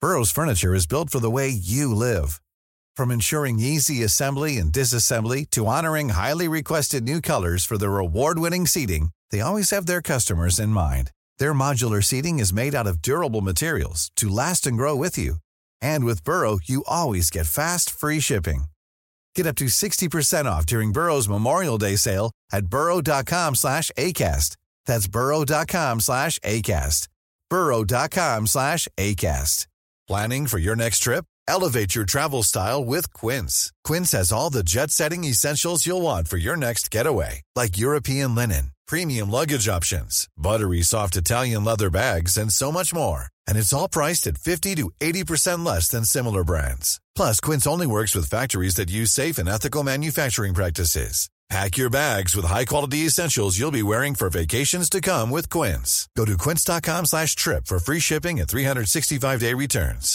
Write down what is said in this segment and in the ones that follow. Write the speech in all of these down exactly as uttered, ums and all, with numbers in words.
Burrow's furniture is built for the way you live. From ensuring easy assembly and disassembly to honoring highly requested new colors for their award-winning seating, they always have their customers in mind. Their modular seating is made out of durable materials to last and grow with you. And with Burrow, you always get fast, free shipping. Get up to sixty percent off during Burrow's Memorial Day sale at burrow.com slash ACAST. That's burrow.com slash ACAST. burrow.com slash ACAST. Planning for your next trip? Elevate your travel style with Quince. Quince has all the jet-setting essentials you'll want for your next getaway, like European linen, premium luggage options, buttery soft Italian leather bags, and so much more. And it's all priced at fifty to eighty percent less than similar brands. Plus, Quince only works with factories that use safe and ethical manufacturing practices. Pack your bags with high-quality essentials you'll be wearing for vacations to come with Quince. Go to quince.com slash trip for free shipping and three sixty-five day returns.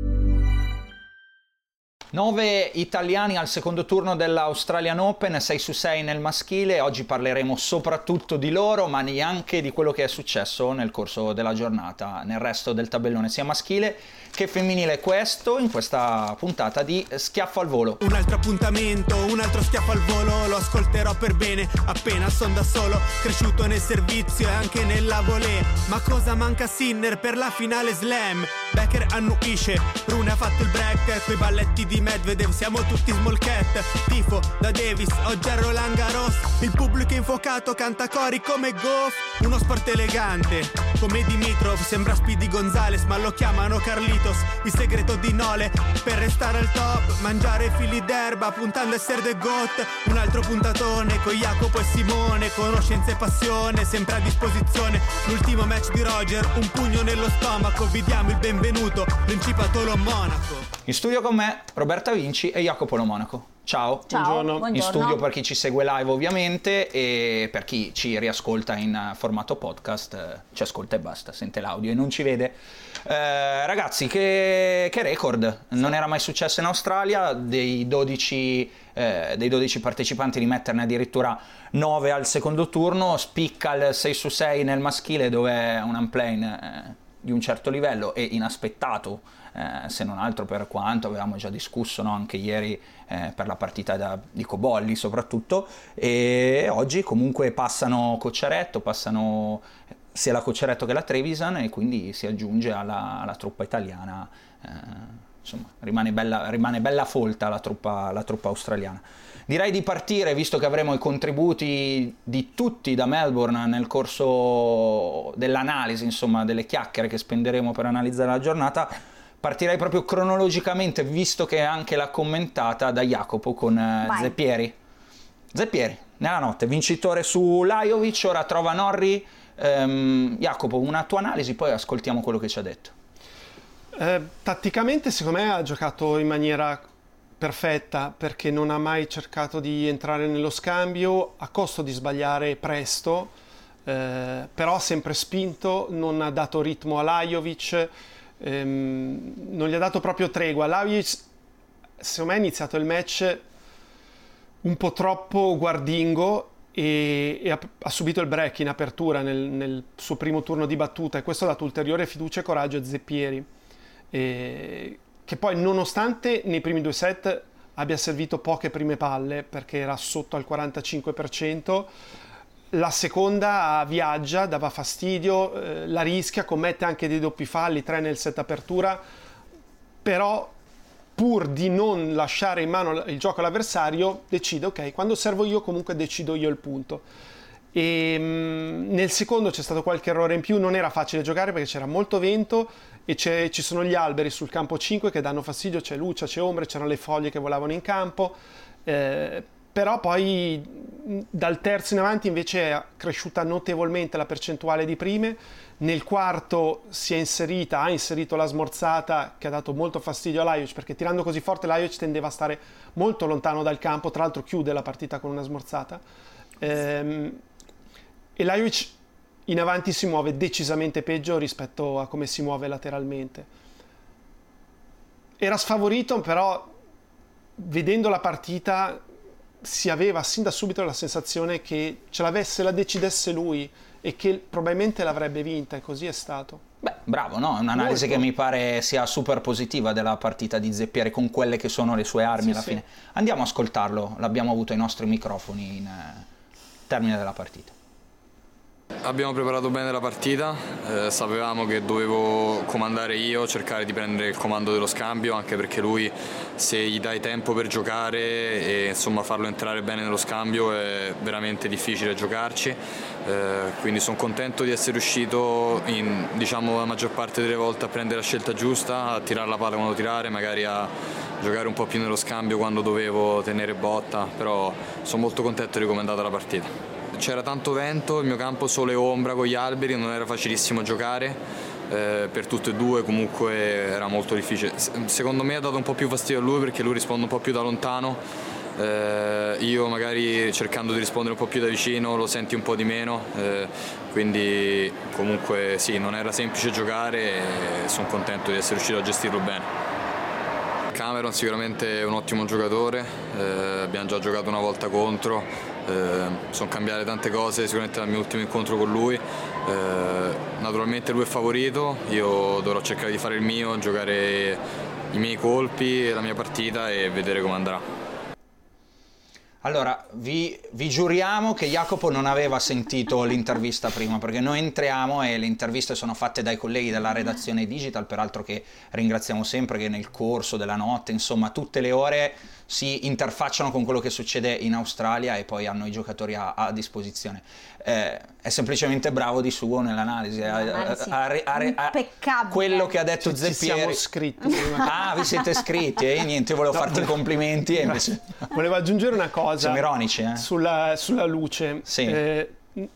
nove italiani al secondo turno dell'Australian Open, sei su sei nel maschile. Oggi parleremo soprattutto di loro, ma neanche di quello che è successo nel corso della giornata nel resto del tabellone, sia maschile che femminile. Questo in questa puntata di Schiaffo al Volo. Un altro appuntamento, un altro schiaffo al volo, lo ascolterò per bene appena son da solo, cresciuto nel servizio e anche nella volée. Ma cosa manca a Sinner per la finale slam? Becker annuisce, Rune ha fatto il break, quei balletti di Medvedev siamo tutti small cat. Tifo da Davis, oggi a Roland Garros, il pubblico infuocato canta cori come Goff. Uno sport elegante come Dimitrov, sembra Speedy Gonzales ma lo chiamano Carlitos. Il segreto di Nole per restare al top, mangiare fili d'erba puntando a essere the goat. Un altro puntatone con Jacopo e Simone, conoscenza e passione sempre a disposizione. L'ultimo match di Roger, un pugno nello stomaco, vi diamo il benvenuto Principato Lo Monaco. In studio con me Roberta Vinci e Jacopo Lo Monaco. Ciao. Ciao, buongiorno. In studio per chi ci segue live ovviamente, e per chi ci riascolta in formato podcast, eh, ci ascolta e basta, sente l'audio e non ci vede. Eh, ragazzi, che, che record, non era mai successo in Australia, dei dodici, eh, dei dodici partecipanti di metterne addirittura nove al secondo turno, spicca il sei su sei nel maschile dove è un unplane eh, di un certo livello e inaspettato, eh, se non altro per quanto avevamo già discusso, no, anche ieri eh, per la partita da, di Cobolli soprattutto, e oggi comunque passano Cocciaretto, passano sia la Cocciaretto che la Trevisan e quindi si aggiunge alla, alla truppa italiana, eh, insomma rimane bella, rimane bella folta la truppa, la truppa australiana. Direi di partire, visto che avremo i contributi di tutti da Melbourne nel corso dell'analisi, insomma delle chiacchiere che spenderemo per analizzare la giornata. Partirei proprio cronologicamente, visto che anche l'ha commentata, da Jacopo con eh, Zeppieri. Zeppieri, nella notte, vincitore su Lajovic, ora trova Norrie. Ehm, Jacopo, una tua analisi, poi ascoltiamo quello che ci ha detto. Eh, tatticamente secondo me ha giocato in maniera perfetta, perché non ha mai cercato di entrare nello scambio a costo di sbagliare presto, eh, però ha sempre spinto, non ha dato ritmo a Lajovic, ehm, non gli ha dato proprio tregua. Lajovic secondo me ha iniziato il match un po' troppo guardingo e, e ha, ha subito il break in apertura nel, nel suo primo turno di battuta, e questo ha dato ulteriore fiducia e coraggio a Zeppieri, e che poi nonostante nei primi due set abbia servito poche prime palle perché era sotto al quarantacinque per cento, la seconda viaggia, dava fastidio, eh, la rischia, commette anche dei doppi falli, tre nel set apertura, però pur di non lasciare in mano il gioco all'avversario decide, ok, quando servo io comunque decido io il punto. E mh, nel secondo c'è stato qualche errore in più, non era facile giocare perché c'era molto vento e c'è, ci sono gli alberi sul campo cinque che danno fastidio, c'è luce, c'è ombre, c'erano le foglie che volavano in campo, eh, però poi dal terzo in avanti invece è cresciuta notevolmente la percentuale di prime. Nel quarto si è inserita, ha inserito la smorzata che ha dato molto fastidio a Lajovic, perché tirando così forte Lajovic tendeva a stare molto lontano dal campo, tra l'altro chiude la partita con una smorzata, ehm, e Lajovic in avanti si muove decisamente peggio rispetto a come si muove lateralmente. Era sfavorito, però vedendo la partita si aveva sin da subito la sensazione che ce l'avesse, la decidesse lui e che probabilmente l'avrebbe vinta, e così è stato. Beh, bravo, no? È un'analisi Molto. che mi pare sia super positiva della partita di Zeppieri con quelle che sono le sue armi Sì, alla sì. fine. Andiamo a ascoltarlo, l'abbiamo avuto ai nostri microfoni in eh, termine della partita. Abbiamo preparato bene la partita, eh, sapevamo che dovevo comandare io, cercare di prendere il comando dello scambio, anche perché lui, se gli dai tempo per giocare e insomma farlo entrare bene nello scambio, è veramente difficile giocarci, eh, quindi sono contento di essere riuscito in, diciamo, la maggior parte delle volte a prendere la scelta giusta, a tirare la palla quando tirare, magari a giocare un po' più nello scambio quando dovevo tenere botta, però sono molto contento di come è andata la partita. C'era tanto vento, il mio campo sole e ombra con gli alberi, non era facilissimo giocare, eh, per tutte e due comunque era molto difficile. Secondo me ha dato un po' più fastidio a lui perché lui risponde un po' più da lontano, eh, io magari cercando di rispondere un po' più da vicino lo senti un po' di meno, eh, quindi comunque sì, non era semplice giocare e sono contento di essere riuscito a gestirlo bene. Cameron sicuramente è un ottimo giocatore, eh, abbiamo già giocato una volta contro, eh, sono cambiate tante cose sicuramente dal mio ultimo incontro con lui, eh, naturalmente lui è favorito, io dovrò cercare di fare il mio, giocare i miei colpi, la mia partita e vedere come andrà. Allora, vi, vi giuriamo che Jacopo non aveva sentito l'intervista prima, perché noi entriamo e le interviste sono fatte dai colleghi della redazione digital, peraltro che ringraziamo sempre, che nel corso della notte, insomma, tutte le ore si interfacciano con quello che succede in Australia e poi hanno i giocatori a, a disposizione. Eh, è semplicemente bravo di suo nell'analisi. L'analisi a, a, a, a, impeccabile. quello che ha detto Ci Zeppieri. siamo scritti prima. Ah, vi siete iscritti e eh? niente, io volevo No, farti i complimenti e invece... Volevo aggiungere una cosa. Siamo ironici, eh? Sulla, sulla luce. Sì. Eh,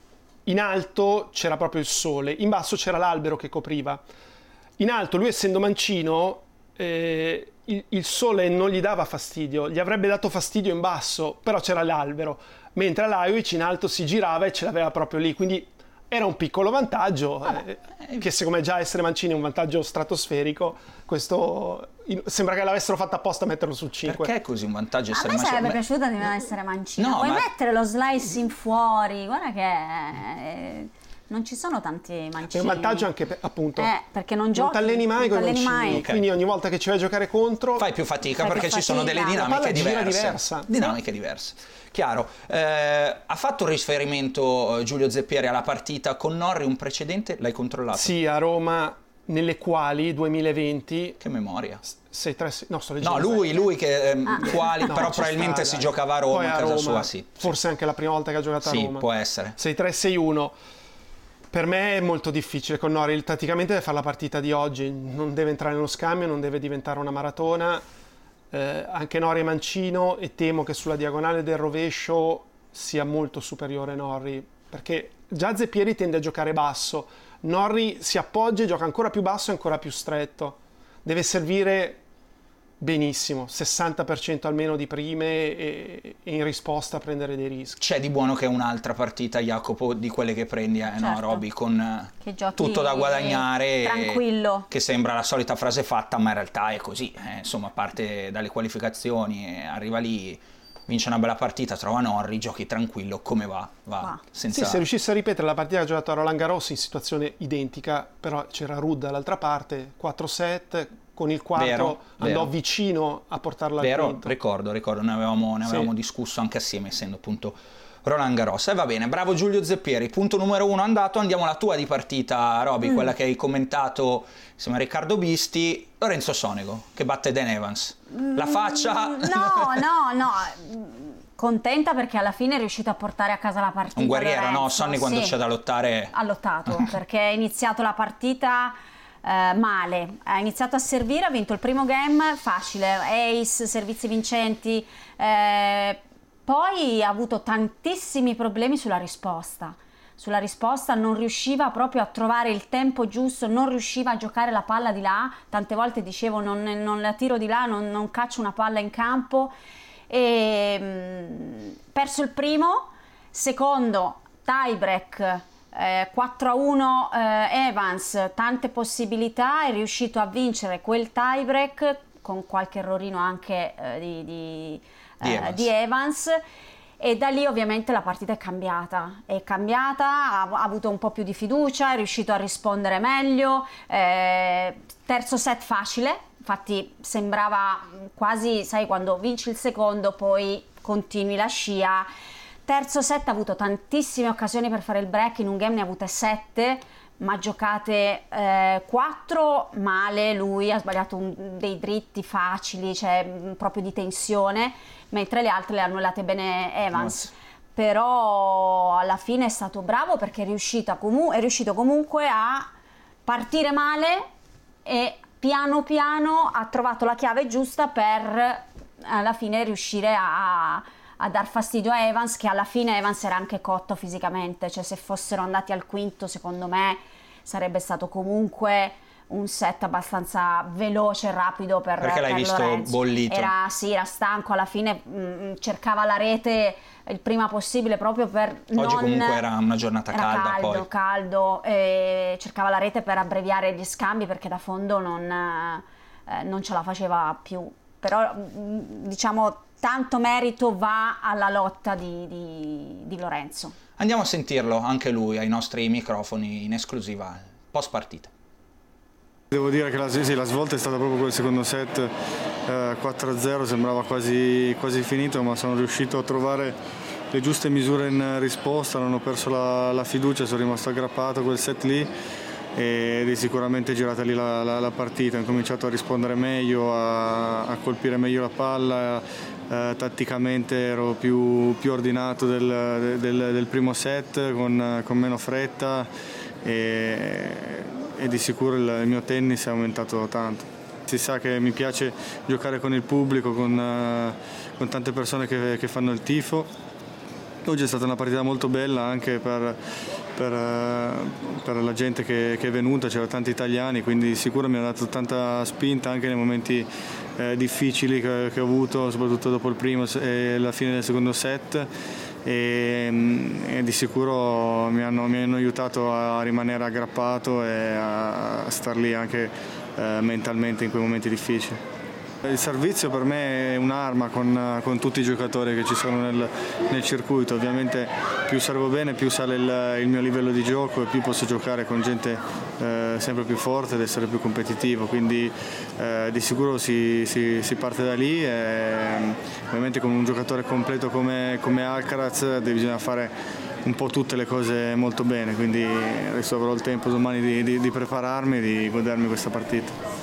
in alto c'era proprio il sole, in basso c'era l'albero che copriva. In alto, lui essendo mancino, eh, il, il sole non gli dava fastidio, gli avrebbe dato fastidio in basso, però c'era l'albero, mentre Lajovic in alto si girava e ce l'aveva proprio lì, quindi era un piccolo vantaggio, eh, che secondo me già essere mancini è un vantaggio stratosferico. Questo in, sembra che l'avessero fatto apposta a metterlo sul cinque. Perché è così un vantaggio A essere me mancino? sarebbe Beh, piaciuto di non essere mancino. No, Puoi ma- mettere lo slice in fuori, guarda che eh, non ci sono tanti mancini. È un vantaggio anche per, appunto, Eh, perché non non giochi, t'alleni mai non con i t'alleni mancini, mai. Ok. quindi ogni volta che ci vai a giocare contro fai più fatica Fai perché più ci sono fatica. delle La palla dinamiche gira diverse. diversa. Dinamiche diverse. Chiaro. Eh, ha fatto un riferimento eh, Giulio Zeppieri alla partita con Norri, un precedente? L'hai controllato? sì, a Roma, nelle quali duemilaventi Che memoria. sei tre no, sto No, leggendo lui, lui che ehm, Ah. quali, No, però ci probabilmente sta, si dai. giocava a Roma, Poi a a casa Roma, sua, sì. forse anche la prima volta che ha giocato a Sì, Roma. può essere. sei tre sei uno. Per me è molto difficile con Norri, tatticamente deve fare la partita di oggi, non deve entrare nello scambio, non deve diventare una maratona. Eh, anche Norri è mancino e temo che sulla diagonale del rovescio sia molto superiore Norri, perché già Zeppieri tende a giocare basso, Norri si appoggia e gioca ancora più basso e ancora più stretto, deve servire benissimo, sessanta per cento almeno di prime e, e in risposta a prendere dei rischi. C'è di buono che è un'altra partita, Jacopo, di quelle che prendi, eh, no, Certo. Roby, con eh, Che giochi tutto da guadagnare. tranquillo. Che sembra la solita frase fatta, ma in realtà è così. eh, insomma, parte dalle qualificazioni, e arriva lì, vince una bella partita, trova Norri, giochi tranquillo, come va? Va. Va. Senza... Sì, se riuscisse a ripetere la partita che ha giocato a Roland Garros in situazione identica, però c'era Ruud dall'altra parte, quattro set, con il quattro Vero, andò vero. vicino a portarla al Vero, quinto. ricordo, ricordo, ne avevamo, ne Sì. avevamo discusso anche assieme, essendo appunto Roland Garros. E va bene, bravo Giulio Zeppieri, punto numero uno andato, andiamo alla tua di partita, Roby, Mm. quella che hai commentato insieme a Riccardo Bisti, Lorenzo Sonego, che batte Dan Evans. La faccia... Mm, No, no, no. Contenta perché alla fine è riuscito a portare a casa la partita. Un guerriero, no? Lorenzo, Sonny quando sì. c'è da lottare... Ha lottato perché ha iniziato la partita eh, male, ha iniziato a servire, ha vinto il primo game facile, ace, servizi vincenti, eh, poi ha avuto tantissimi problemi sulla risposta. Sulla risposta non riusciva proprio a trovare il tempo giusto, non riusciva a giocare la palla di là, tante volte dicevo non, non la tiro di là, non, non caccio una palla in campo. E, mh, perso il primo, secondo tiebreak, eh, quattro a uno eh, Evans, tante possibilità, è riuscito a vincere quel tiebreak con qualche errorino anche eh, di, di, Di eh, Evans. di Evans, E da lì ovviamente la partita è cambiata, è cambiata, ha, ha avuto un po' più di fiducia, è riuscito a rispondere meglio, eh, terzo set facile, infatti sembrava quasi, sai, quando vinci il secondo poi continui la scia. Terzo set ha avuto tantissime occasioni per fare il break, in un game ne ha avute sette, ma giocate eh, quattro male, lui ha sbagliato un, dei dritti facili, cioè proprio di tensione, mentre le altre le ha annullate bene Evans. No. Però alla fine è stato bravo perché è riuscito, comu- è riuscito comunque a partire male e piano piano ha trovato la chiave giusta per alla fine riuscire a, a dar fastidio a Evans, che alla fine Evans era anche cotto fisicamente, cioè se fossero andati al quinto secondo me sarebbe stato comunque un set abbastanza veloce e rapido per perché l'hai per visto Lorenzo. Bollito? Era, sì, era stanco, alla fine mh, cercava la rete il prima possibile proprio per oggi non... comunque era una giornata era calda, caldo, poi caldo, e cercava la rete per abbreviare gli scambi perché da fondo non, eh, non ce la faceva più, però mh, diciamo tanto merito va alla lotta di, di, di Lorenzo. Andiamo a sentirlo anche lui ai nostri microfoni in esclusiva post partita. Devo dire che la, sì, la svolta è stata proprio quel secondo set, eh, quattro a zero, sembrava quasi, quasi finito, ma sono riuscito a trovare le giuste misure in risposta, non ho perso la, la fiducia, sono rimasto aggrappato a quel set lì ed è sicuramente girata lì la, la, la partita. Ho incominciato a rispondere meglio, a, a colpire meglio la palla, eh, tatticamente ero più, più ordinato del, del, del primo set, con, con meno fretta e, e di sicuro il, il mio tennis è aumentato tanto. Si sa che mi piace giocare con il pubblico, con, uh, con tante persone che, che fanno il tifo. Oggi è stata una partita molto bella anche per, per, uh, per la gente che, che è venuta, c'erano tanti italiani, quindi sicuro mi ha dato tanta spinta anche nei momenti eh, difficili che, che ho avuto, soprattutto dopo il primo e la fine del secondo set. E, e di sicuro mi hanno, mi hanno aiutato a rimanere aggrappato e a star lì anche eh, mentalmente in quei momenti difficili. Il servizio per me è un'arma con, con tutti i giocatori che ci sono nel, nel circuito, ovviamente più servo bene più sale il, il mio livello di gioco e più posso giocare con gente eh, sempre più forte ed essere più competitivo, quindi eh, di sicuro si, si, si parte da lì e ovviamente con un giocatore completo come, come Alcaraz bisogna fare un po' tutte le cose molto bene, quindi adesso avrò il tempo domani di, di, di prepararmi e di godermi questa partita.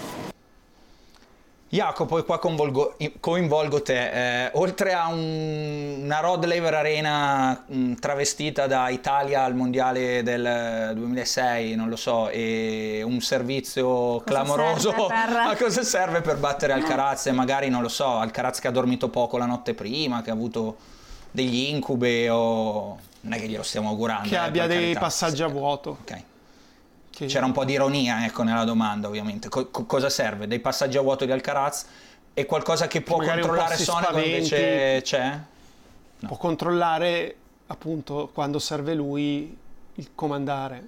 Jacopo, e qua coinvolgo, coinvolgo te, eh, oltre a un, una Rod Laver Arena mh, travestita da Italia al mondiale del duemilasei, non lo so, e un servizio cosa clamoroso, per... a cosa serve per battere Alcaraz? E magari, non lo so, Alcaraz che ha dormito poco la notte prima, che ha avuto degli incubi o... non è che glielo stiamo augurando. Che eh, abbia dei carità. passaggi a vuoto. Ok. C'era un po' di ironia, ecco, nella domanda, ovviamente. Co- cosa serve? Dei passaggi a vuoto di Alcaraz e qualcosa che può magari controllare Sonego invece c'è? No. Può controllare, appunto, quando serve lui, il comandare.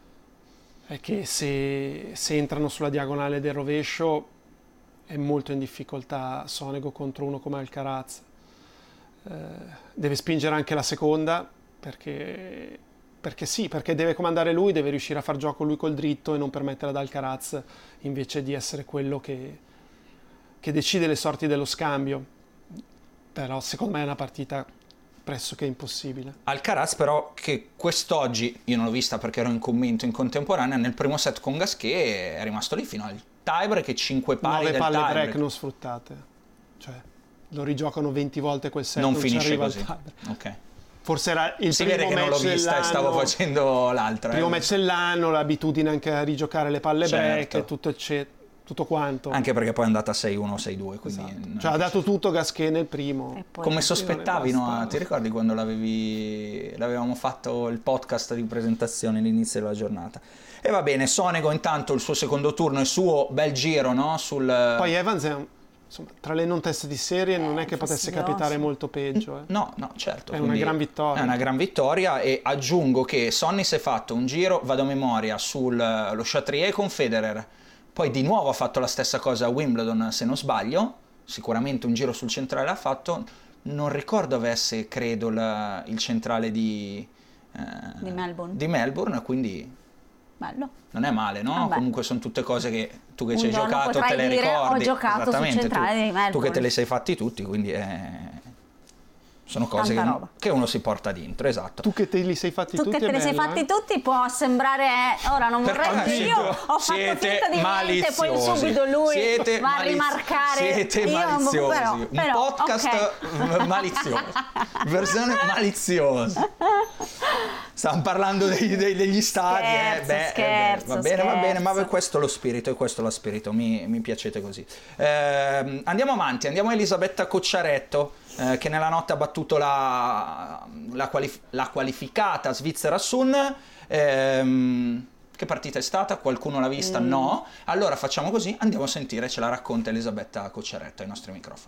È che se, se entrano sulla diagonale del rovescio è molto in difficoltà Sonego contro uno come Alcaraz. Eh, deve spingere anche la seconda, perché... Perché sì, perché deve comandare lui, deve riuscire a far gioco lui col dritto e non permettere ad Alcaraz invece di essere quello che, che decide le sorti dello scambio. Però secondo me è una partita pressoké impossibile. Alcaraz però che quest'oggi, io non l'ho vista perché ero in commento in contemporanea, nel primo set con Gasquet è rimasto lì fino al tiebreak e cinque pari del palle tiebreak. break non sfruttate. Cioè, lo rigiocano venti volte quel set, non, non finisce ci arriva così. Al tiebreak. Ok. Forse era il si primo vede che non l'ho vista e stavo facendo l'altra. Il primo eh. match dell'anno, l'abitudine anche a rigiocare le palle certo. break e tutto, ecce- tutto quanto. Anche perché poi è andata sei uno sei due. Quindi esatto. Cioè ha dato tutto Gasquet nel primo. Come sospettavi, no? Ti ricordi quando l'avevi, l'avevamo fatto il podcast di presentazione all'inizio della giornata? E va bene, Sonego intanto il suo secondo turno, il suo bel giro, no? Sul... Poi Evans è un... Insomma, tra le non teste di serie non è che potesse capitare molto peggio. Eh. No, no, certo. È una gran vittoria. È una gran vittoria e aggiungo che Sonny si è fatto un giro, vado a memoria, sullo Chatrier con Federer, poi di nuovo ha fatto la stessa cosa a Wimbledon se non sbaglio, sicuramente un giro sul centrale l'ha fatto, non ricordo avesse, credo, la, il centrale di, eh, di Melbourne. di Melbourne, quindi bello. Non è male, no? Vabbè. Comunque sono tutte cose che tu che Un ci hai giorno giocato te le dire, ricordi. ho giocato sul centrale tu, di Melbourne. tu che te le sei fatti tutti, quindi è... sono cose che, roba. che uno si porta dentro, esatto. Tu che te li sei fatti tu tutti. Tu che te li sei bello, fatti eh? tutti può sembrare, ora non Per vorrei dire io, ho siete fatto finta di niente, poi maliziosi. subito lui Siete va a maliz- rimarcare. Siete io, maliziosi. Però, Un però, podcast okay. malizioso. Versione maliziosa. Stiamo parlando dei, dei, degli stadi, scherzo, eh. Beh, scherzo, eh, va bene, scherzo. va bene, ma questo è lo spirito, e questo è lo spirito, mi, mi piacete così. Eh, andiamo avanti, andiamo a Elisabetta Cocciaretto, eh, che nella notte ha battuto la, la, qualif- la qualificata Svizzera Sun. Eh, che partita è stata? Qualcuno l'ha vista? Mm. No? Allora facciamo così, andiamo a sentire, ce la racconta Elisabetta Cocciaretto ai nostri microfoni.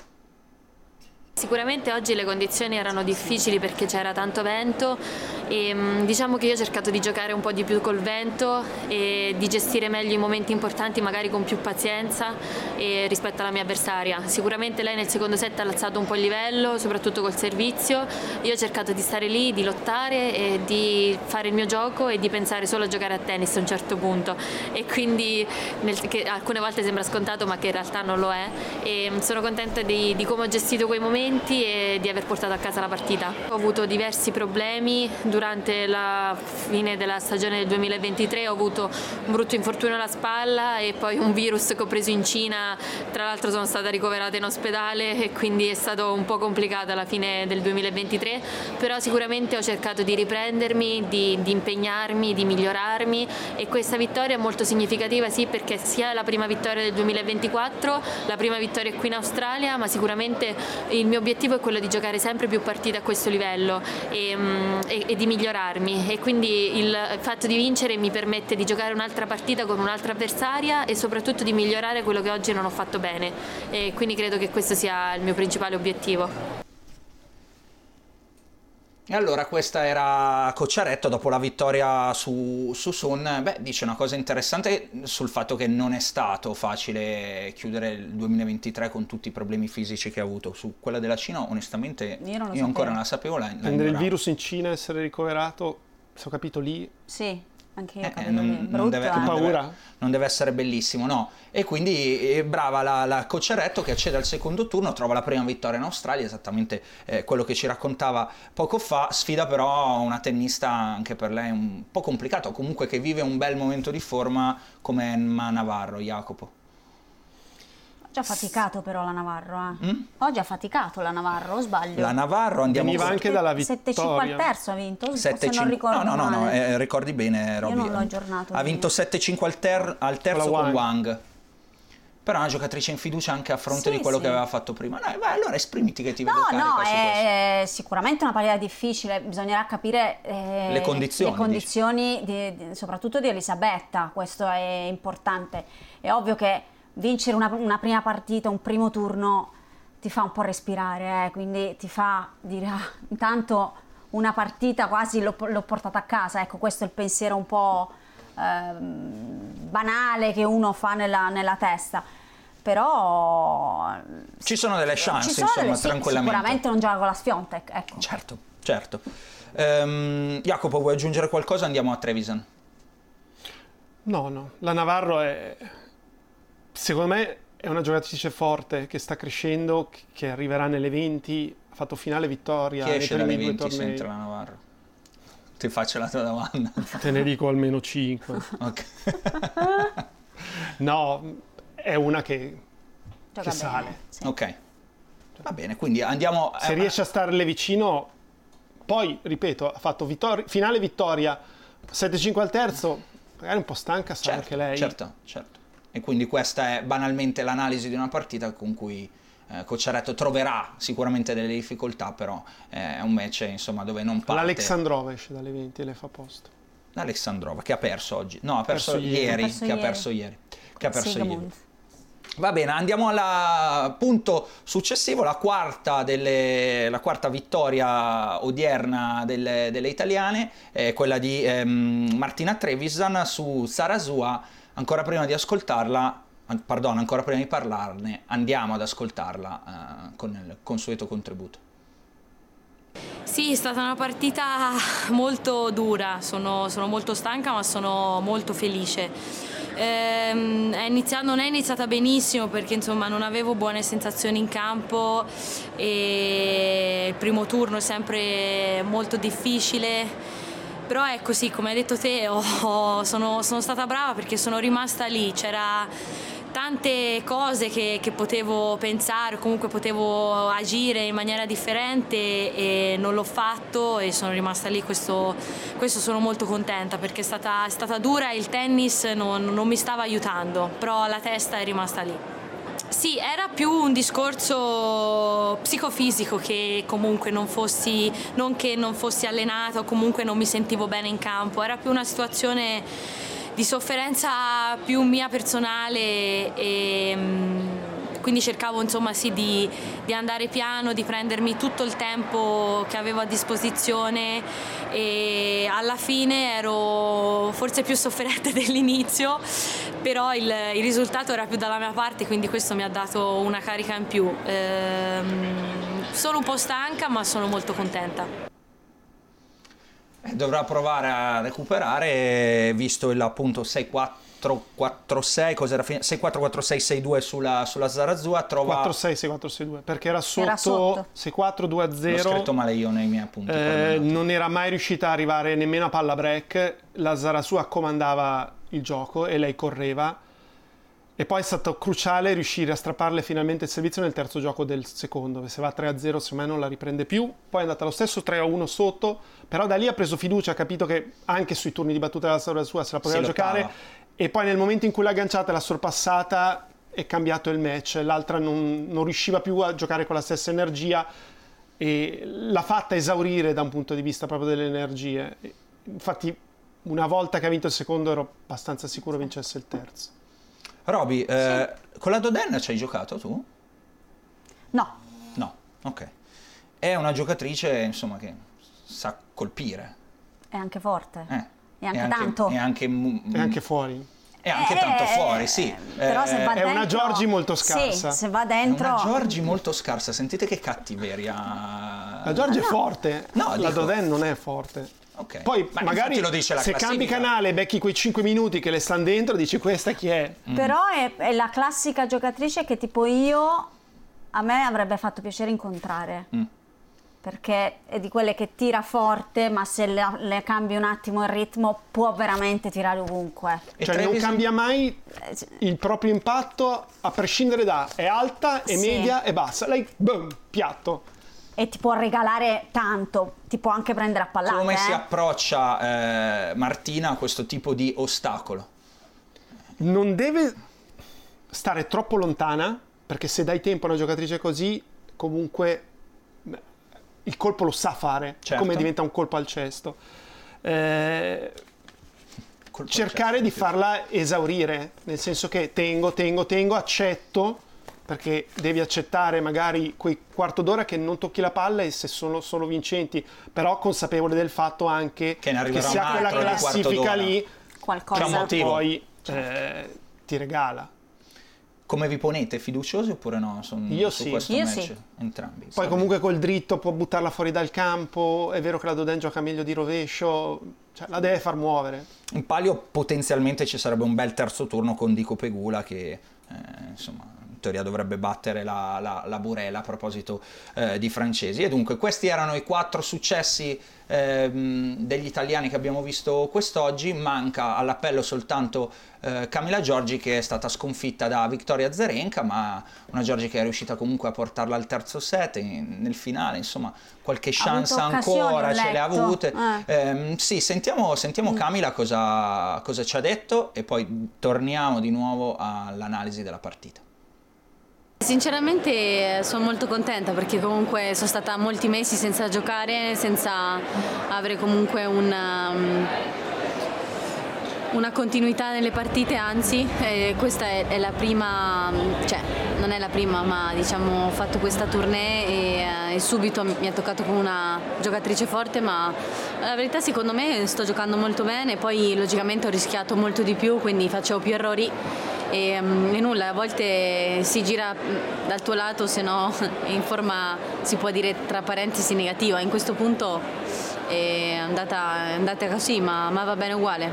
Sicuramente oggi le condizioni erano difficili perché c'era tanto vento e diciamo che io ho cercato di giocare un po' di più col vento e di gestire meglio i momenti importanti magari con più pazienza e rispetto alla mia avversaria. Sicuramente lei nel secondo set ha alzato un po' il livello, soprattutto col servizio. Io ho cercato di stare lì, di lottare e di fare il mio gioco e di pensare solo a giocare a tennis a un certo punto, e quindi nel, che alcune volte sembra scontato ma che in realtà non lo è, e sono contenta di, di come ho gestito quei momenti e di aver portato a casa la partita. Ho avuto diversi problemi durante la fine della stagione del duemilaventitré, ho avuto un brutto infortunio alla spalla e poi un virus che ho preso in Cina, tra l'altro sono stata ricoverata in ospedale e quindi è stato un po' complicato la fine del duemilaventitré, però sicuramente ho cercato di riprendermi, di, di impegnarmi, di migliorarmi, e questa vittoria è molto significativa, sì, perché sia la prima vittoria del duemilaventiquattro, la prima vittoria qui in Australia, ma sicuramente il mio obiettivo è quello di giocare sempre più partite a questo livello e, e, e di migliorarmi, e quindi il fatto di vincere mi permette di giocare un'altra partita con un'altra avversaria e soprattutto di migliorare quello che oggi non ho fatto bene, e quindi credo che questo sia il mio principale obiettivo. E allora questa era Cocciaretto dopo la vittoria su, su Sun. Beh, dice una cosa interessante sul fatto che non è stato facile chiudere il duemilaventitré con tutti i problemi fisici che ha avuto. Su quella della Cina onestamente io, non io ancora non la sapevo. La, Prendere il virus in Cina e essere ricoverato, se ho capito lì... Sì. Anche io, eh, non, brutto, non, deve, eh. non, paura. deve, non deve essere bellissimo, no? E quindi eh, brava la, la Cocciaretto che accede al secondo turno, trova la prima vittoria in Australia, esattamente eh, quello che ci raccontava poco fa. Sfida però una tennista anche per lei un po' complicato, comunque che vive un bel momento di forma come Emma Navarro. Jacopo. Già faticato però la Navarro, eh. Mm? Oggi ha faticato la Navarro, o sbaglio? La Navarro andiamo Veniva anche dalla vittoria. sette cinque al terzo ha vinto, sette, se non ricordo no, no, no, no, male. eh, ricordi bene, Robby. Io non l'ho aggiornato. Ha vinto sette cinque al, ter- al terzo Con con Wang. Wang. Però è una giocatrice in fiducia anche a fronte Sì, di quello sì. che aveva fatto prima. No, vai, allora esprimiti che ti vedo No, carica no, su questo. è sicuramente una partita difficile, bisognerà capire eh, Le condizioni, le condizioni di- di- soprattutto di Elisabetta, questo è importante. È ovvio che vincere una, una prima partita, un primo turno, ti fa un po' respirare, eh, quindi ti fa dire, ah, intanto una partita quasi l'ho, l'ho portata a casa, ecco, questo è il pensiero un po' ehm, banale che uno fa nella, nella testa. Però Ci sono delle chance, ci sono insomma, delle, sì, tranquillamente. sicuramente non gioca con la Swiatek, ecco. Certo, certo. Ehm, Jacopo, vuoi aggiungere qualcosa? Andiamo a Trevisan. No, no, la Navarro è... secondo me è una giocatrice forte che sta crescendo, che arriverà nelle venti, ha fatto finale vittoria Chi nei esce dalle primi due venti se tornei. entra la Navarro? Ti faccio la tua domanda. Te ne dico almeno cinque. Ok. No, è una che, Gioca che bene, sale. sì. Ok. Va bene, quindi andiamo... Se eh, riesce a starle vicino, poi, ripeto, ha fatto vittori- finale vittoria, sette cinque al terzo, magari un po' stanca sarà certo, anche lei. Certo, certo. E quindi questa è banalmente l'analisi di una partita con cui eh, Cocciaretto troverà sicuramente delle difficoltà, però eh, è un match insomma dove non parte. L'Alexandrova esce dalle venti e le fa posto. L'Alexandrova che ha perso oggi. No, ha perso, Perso ieri, ieri. Ha perso che ha ieri. perso ieri. Che ha perso Sigmund. ieri. Va bene, andiamo al punto successivo, la quarta, delle, la quarta vittoria odierna delle, delle italiane, eh, quella di ehm, Martina Trevisan su Sarasua. Ancora prima di ascoltarla, pardon, ancora prima di parlarne, andiamo ad ascoltarla uh, con il consueto contributo. Sì, è stata una partita molto dura, sono, sono molto stanca ma sono molto felice. Ehm, è iniziato, non è iniziata benissimo perché insomma non avevo buone sensazioni in campo e il primo turno è sempre molto difficile, però è così, come hai detto te, oh, oh, sono, sono stata brava perché sono rimasta lì, c'era tante cose che, che potevo pensare, comunque potevo agire in maniera differente e non l'ho fatto e sono rimasta lì, questo, questo sono molto contenta perché è stata, è stata dura e il tennis non, non mi stava aiutando, però la testa è rimasta lì. Sì, era più un discorso psicofisico che comunque non fossi, non che non fossi allenata o comunque non mi sentivo bene in campo, era più una situazione di sofferenza più mia personale e quindi cercavo insomma sì di, di andare piano, di prendermi tutto il tempo che avevo a disposizione e alla fine ero forse più sofferente dell'inizio, però il, il risultato era più dalla mia parte, quindi questo mi ha dato una carica in più. Ehm, sono un po' stanca ma sono molto contenta. Dovrà provare a recuperare, visto il appunto sei quattro quattro sei, cos'era finito? sei quattro quattro sei sei due sulla, sulla Zarazua, trova quattro sei sei quattro sei due perché era sotto, era sotto. sei quattro due a zero. L'ho scritto male io nei miei appunti. Eh, non era mai riuscita a arrivare nemmeno a palla break, la Zarazua comandava il gioco e lei correva. E poi è stato cruciale riuscire a strapparle finalmente il servizio nel terzo gioco del secondo. Se va tre a zero, secondo me non la riprende più. Poi è andata lo stesso tre a uno sotto, però da lì ha preso fiducia, ha capito che anche sui turni di battuta della storia sua se la poteva giocare. E poi nel momento in cui l'ha agganciata, l'ha sorpassata, è cambiato il match. L'altra non, non riusciva più a giocare con la stessa energia e l'ha fatta esaurire da un punto di vista proprio delle energie. Infatti una volta che ha vinto il secondo ero abbastanza sicuro vincesse il terzo. Roby, eh, sì. Con la Dodin ci hai giocato tu? No. No, ok. È una giocatrice, insomma, che sa colpire. È anche forte. Eh. E anche, è anche tanto. E anche, e anche fuori. E anche eh, tanto fuori, sì. Però eh, se va è dentro, una Giorgi molto scarsa. Sì, se va dentro... È una Giorgi molto scarsa. Sentite che cattiveria. La Giorgi ah, è no. forte. No, la dico... Dodin non è forte. Okay. Poi ma magari lo dice la se classifica. cambi canale becchi quei cinque minuti che le stanno dentro, dici questa chi è? Mm. Però è, è la classica giocatrice che tipo io a me avrebbe fatto piacere incontrare. Mm. Perché è di quelle che tira forte, ma se le, le cambi un attimo il ritmo può veramente tirare ovunque. E cioè non cambia mai il proprio impatto a prescindere da è alta, è sì. media e bassa. Lei boom, piatto. E ti può regalare tanto, ti può anche prendere a pallate. Come eh? si approccia eh, Martina a questo tipo di ostacolo? Non deve stare troppo lontana, perché se dai tempo a una giocatrice così, comunque il colpo lo sa fare, certo. Come diventa un colpo al cesto. Eh, colpo cercare al cesto, di farla esaurire, nel senso che tengo, tengo, tengo, accetto, perché devi accettare magari quei quarto d'ora che non tocchi la palla e se sono solo vincenti, però consapevole del fatto anche che, che se ha quella classifica lì qualcosa poi eh, ti regala. Come vi ponete? Fiduciosi oppure no? Son, Io su sì. questo Io match? sì. Entrambi. Poi comunque col dritto può buttarla fuori dal campo, è vero che la Dodin gioca meglio di rovescio, cioè la deve far muovere. In palio potenzialmente ci sarebbe un bel terzo turno con Dico Pegula che eh, insomma in teoria dovrebbe battere la, la, la Burela a proposito eh, di francesi. E dunque questi erano i quattro successi eh, degli italiani che abbiamo visto quest'oggi. Manca all'appello soltanto eh, Camila Giorgi, che è stata sconfitta da Victoria Azarenka, ma una Giorgi che è riuscita comunque a portarla al terzo set in, nel finale, insomma qualche chance ancora ce le ha avute. Eh. Eh, sì, sentiamo, sentiamo mm. Camila cosa, cosa ci ha detto e poi torniamo di nuovo all'analisi della partita. Sinceramente sono molto contenta perché comunque sono stata molti mesi senza giocare, senza avere comunque una, una continuità nelle partite, anzi eh, questa è, è la prima, cioè non è la prima, ma diciamo ho fatto questa tournée e, e subito mi ha toccato con una giocatrice forte, ma la verità secondo me sto giocando molto bene, poi logicamente ho rischiato molto di più, quindi facevo più errori e, e nulla, a volte si gira dal tuo lato, se no in forma si può dire tra parentesi negativa. In questo punto è andata, è andata così, ma, ma va bene uguale.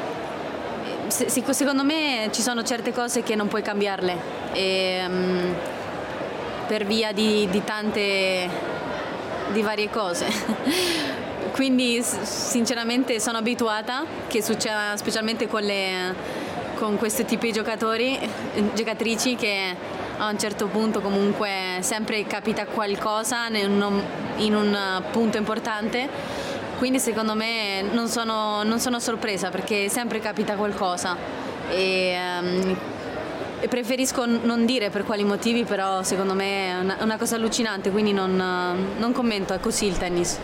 Se, secondo me ci sono certe cose che non puoi cambiarle e, um, per via di, di tante di varie cose. Quindi sinceramente sono abituata che succeda, specialmente con, le, con questo tipo di giocatori, giocatrici, che a un certo punto comunque sempre capita qualcosa in un, in un punto importante. Quindi secondo me non sono, non sono sorpresa, perché sempre capita qualcosa e, um, e preferisco non dire per quali motivi, però secondo me è una, una cosa allucinante, quindi non, non commento, è così il tennis.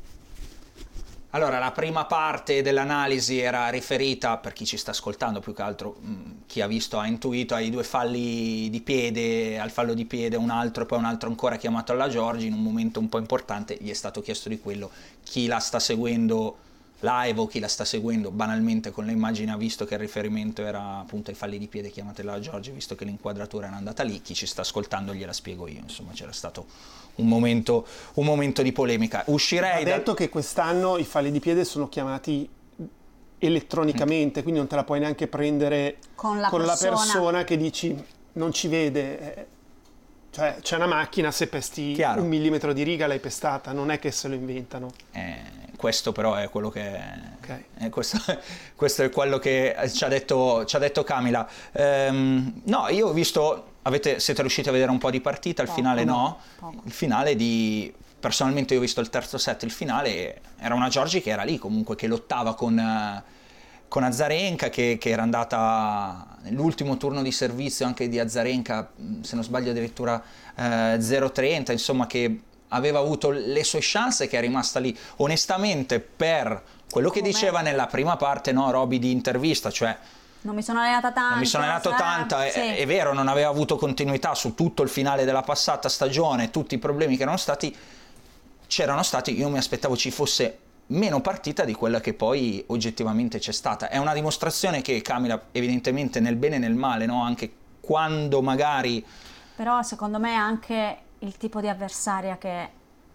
Allora, la prima parte dell'analisi era riferita, per chi ci sta ascoltando più che altro, mh, chi ha visto ha intuito, ai due falli di piede, al fallo di piede un altro e poi un altro ancora chiamato alla Giorgi in un momento un po' importante. Gli è stato chiesto di quello. Chi la sta seguendo live o chi la sta seguendo banalmente con le immagini ha visto che il riferimento era appunto ai falli di piede chiamati alla Giorgi, visto che l'inquadratura era andata lì. Chi ci sta ascoltando gliela spiego io, insomma c'era stato un momento, un momento di polemica. Uscirei ha detto dal... che quest'anno i falli di piede sono chiamati elettronicamente, mm. quindi non te la puoi neanche prendere con la, con persona. la persona che dici non ci vede, cioè c'è una macchina, se pesti Chiaro. un millimetro di riga l'hai pestata, non è che se lo inventano. Eh, questo però è quello che okay. è questo, questo è quello che ci ha detto, ci ha detto Camila. Ehm, no, io ho visto, avete, siete riusciti a vedere un po' di partita, il Poco, finale no, Poco. il finale di, personalmente io ho visto il terzo set, il finale era una Giorgi che era lì comunque, che lottava con, con Azarenka, che, che era andata nell'ultimo turno di servizio anche di Azarenka, se non sbaglio addirittura eh, zero trenta, insomma che aveva avuto le sue chance e che è rimasta lì. Onestamente, per quello che Come? diceva nella prima parte, no, Roby, di intervista, cioè non mi sono allenata tanto. Non mi sono allenato eh, tanta, sì. è, è vero, non aveva avuto continuità su tutto il finale della passata stagione, tutti i problemi che erano stati, c'erano stati, io mi aspettavo ci fosse meno partita di quella che poi oggettivamente c'è stata. È una dimostrazione che Camila, evidentemente nel bene e nel male, no, anche quando magari... Però secondo me anche il tipo di avversaria che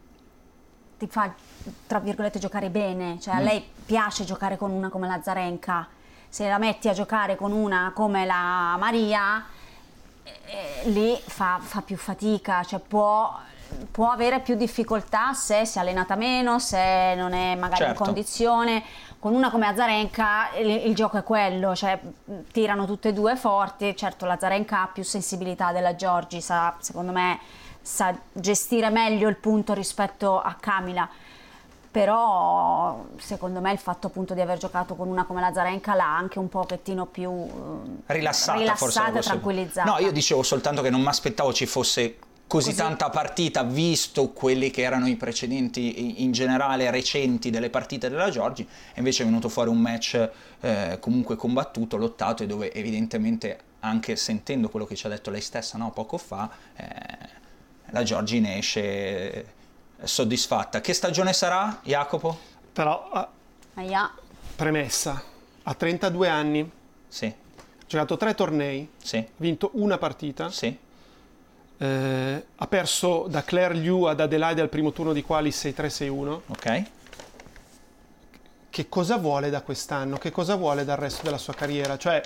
ti fa, tra virgolette, giocare bene, cioè mm. a lei piace giocare con una come la Azarenka, se la metti a giocare con una come la Maria, eh, lì fa, fa più fatica, cioè può, può avere più difficoltà se si è allenata meno, se non è magari certo. in condizione. Con una come Azarenka il, il gioco è quello, cioè tirano tutte e due forti. Certo, la Azarenka ha più sensibilità della Giorgi, sa, secondo me sa gestire meglio il punto rispetto a Camila, però secondo me il fatto appunto di aver giocato con una come la Azarenka l'ha anche un pochettino più rilassata, rilassata forse e tranquillizzata. No, io dicevo soltanto che non mi aspettavo ci fosse così, così tanta partita, visto quelli che erano i precedenti in generale recenti delle partite della Giorgi, e invece è venuto fuori un match eh, comunque combattuto, lottato, e dove evidentemente, anche sentendo quello che ci ha detto lei stessa, no, poco fa, eh, la Giorgi ne esce soddisfatta. Che stagione sarà, Jacopo? Però uh, yeah. premessa, ha trentadue anni, sì. ha giocato tre tornei, sì. ha vinto una partita, sì. eh, ha perso da Claire Liu ad Adelaide al primo turno di quali sei tre sei uno. Ok. Che cosa vuole da quest'anno? Che cosa vuole dal resto della sua carriera? Cioè,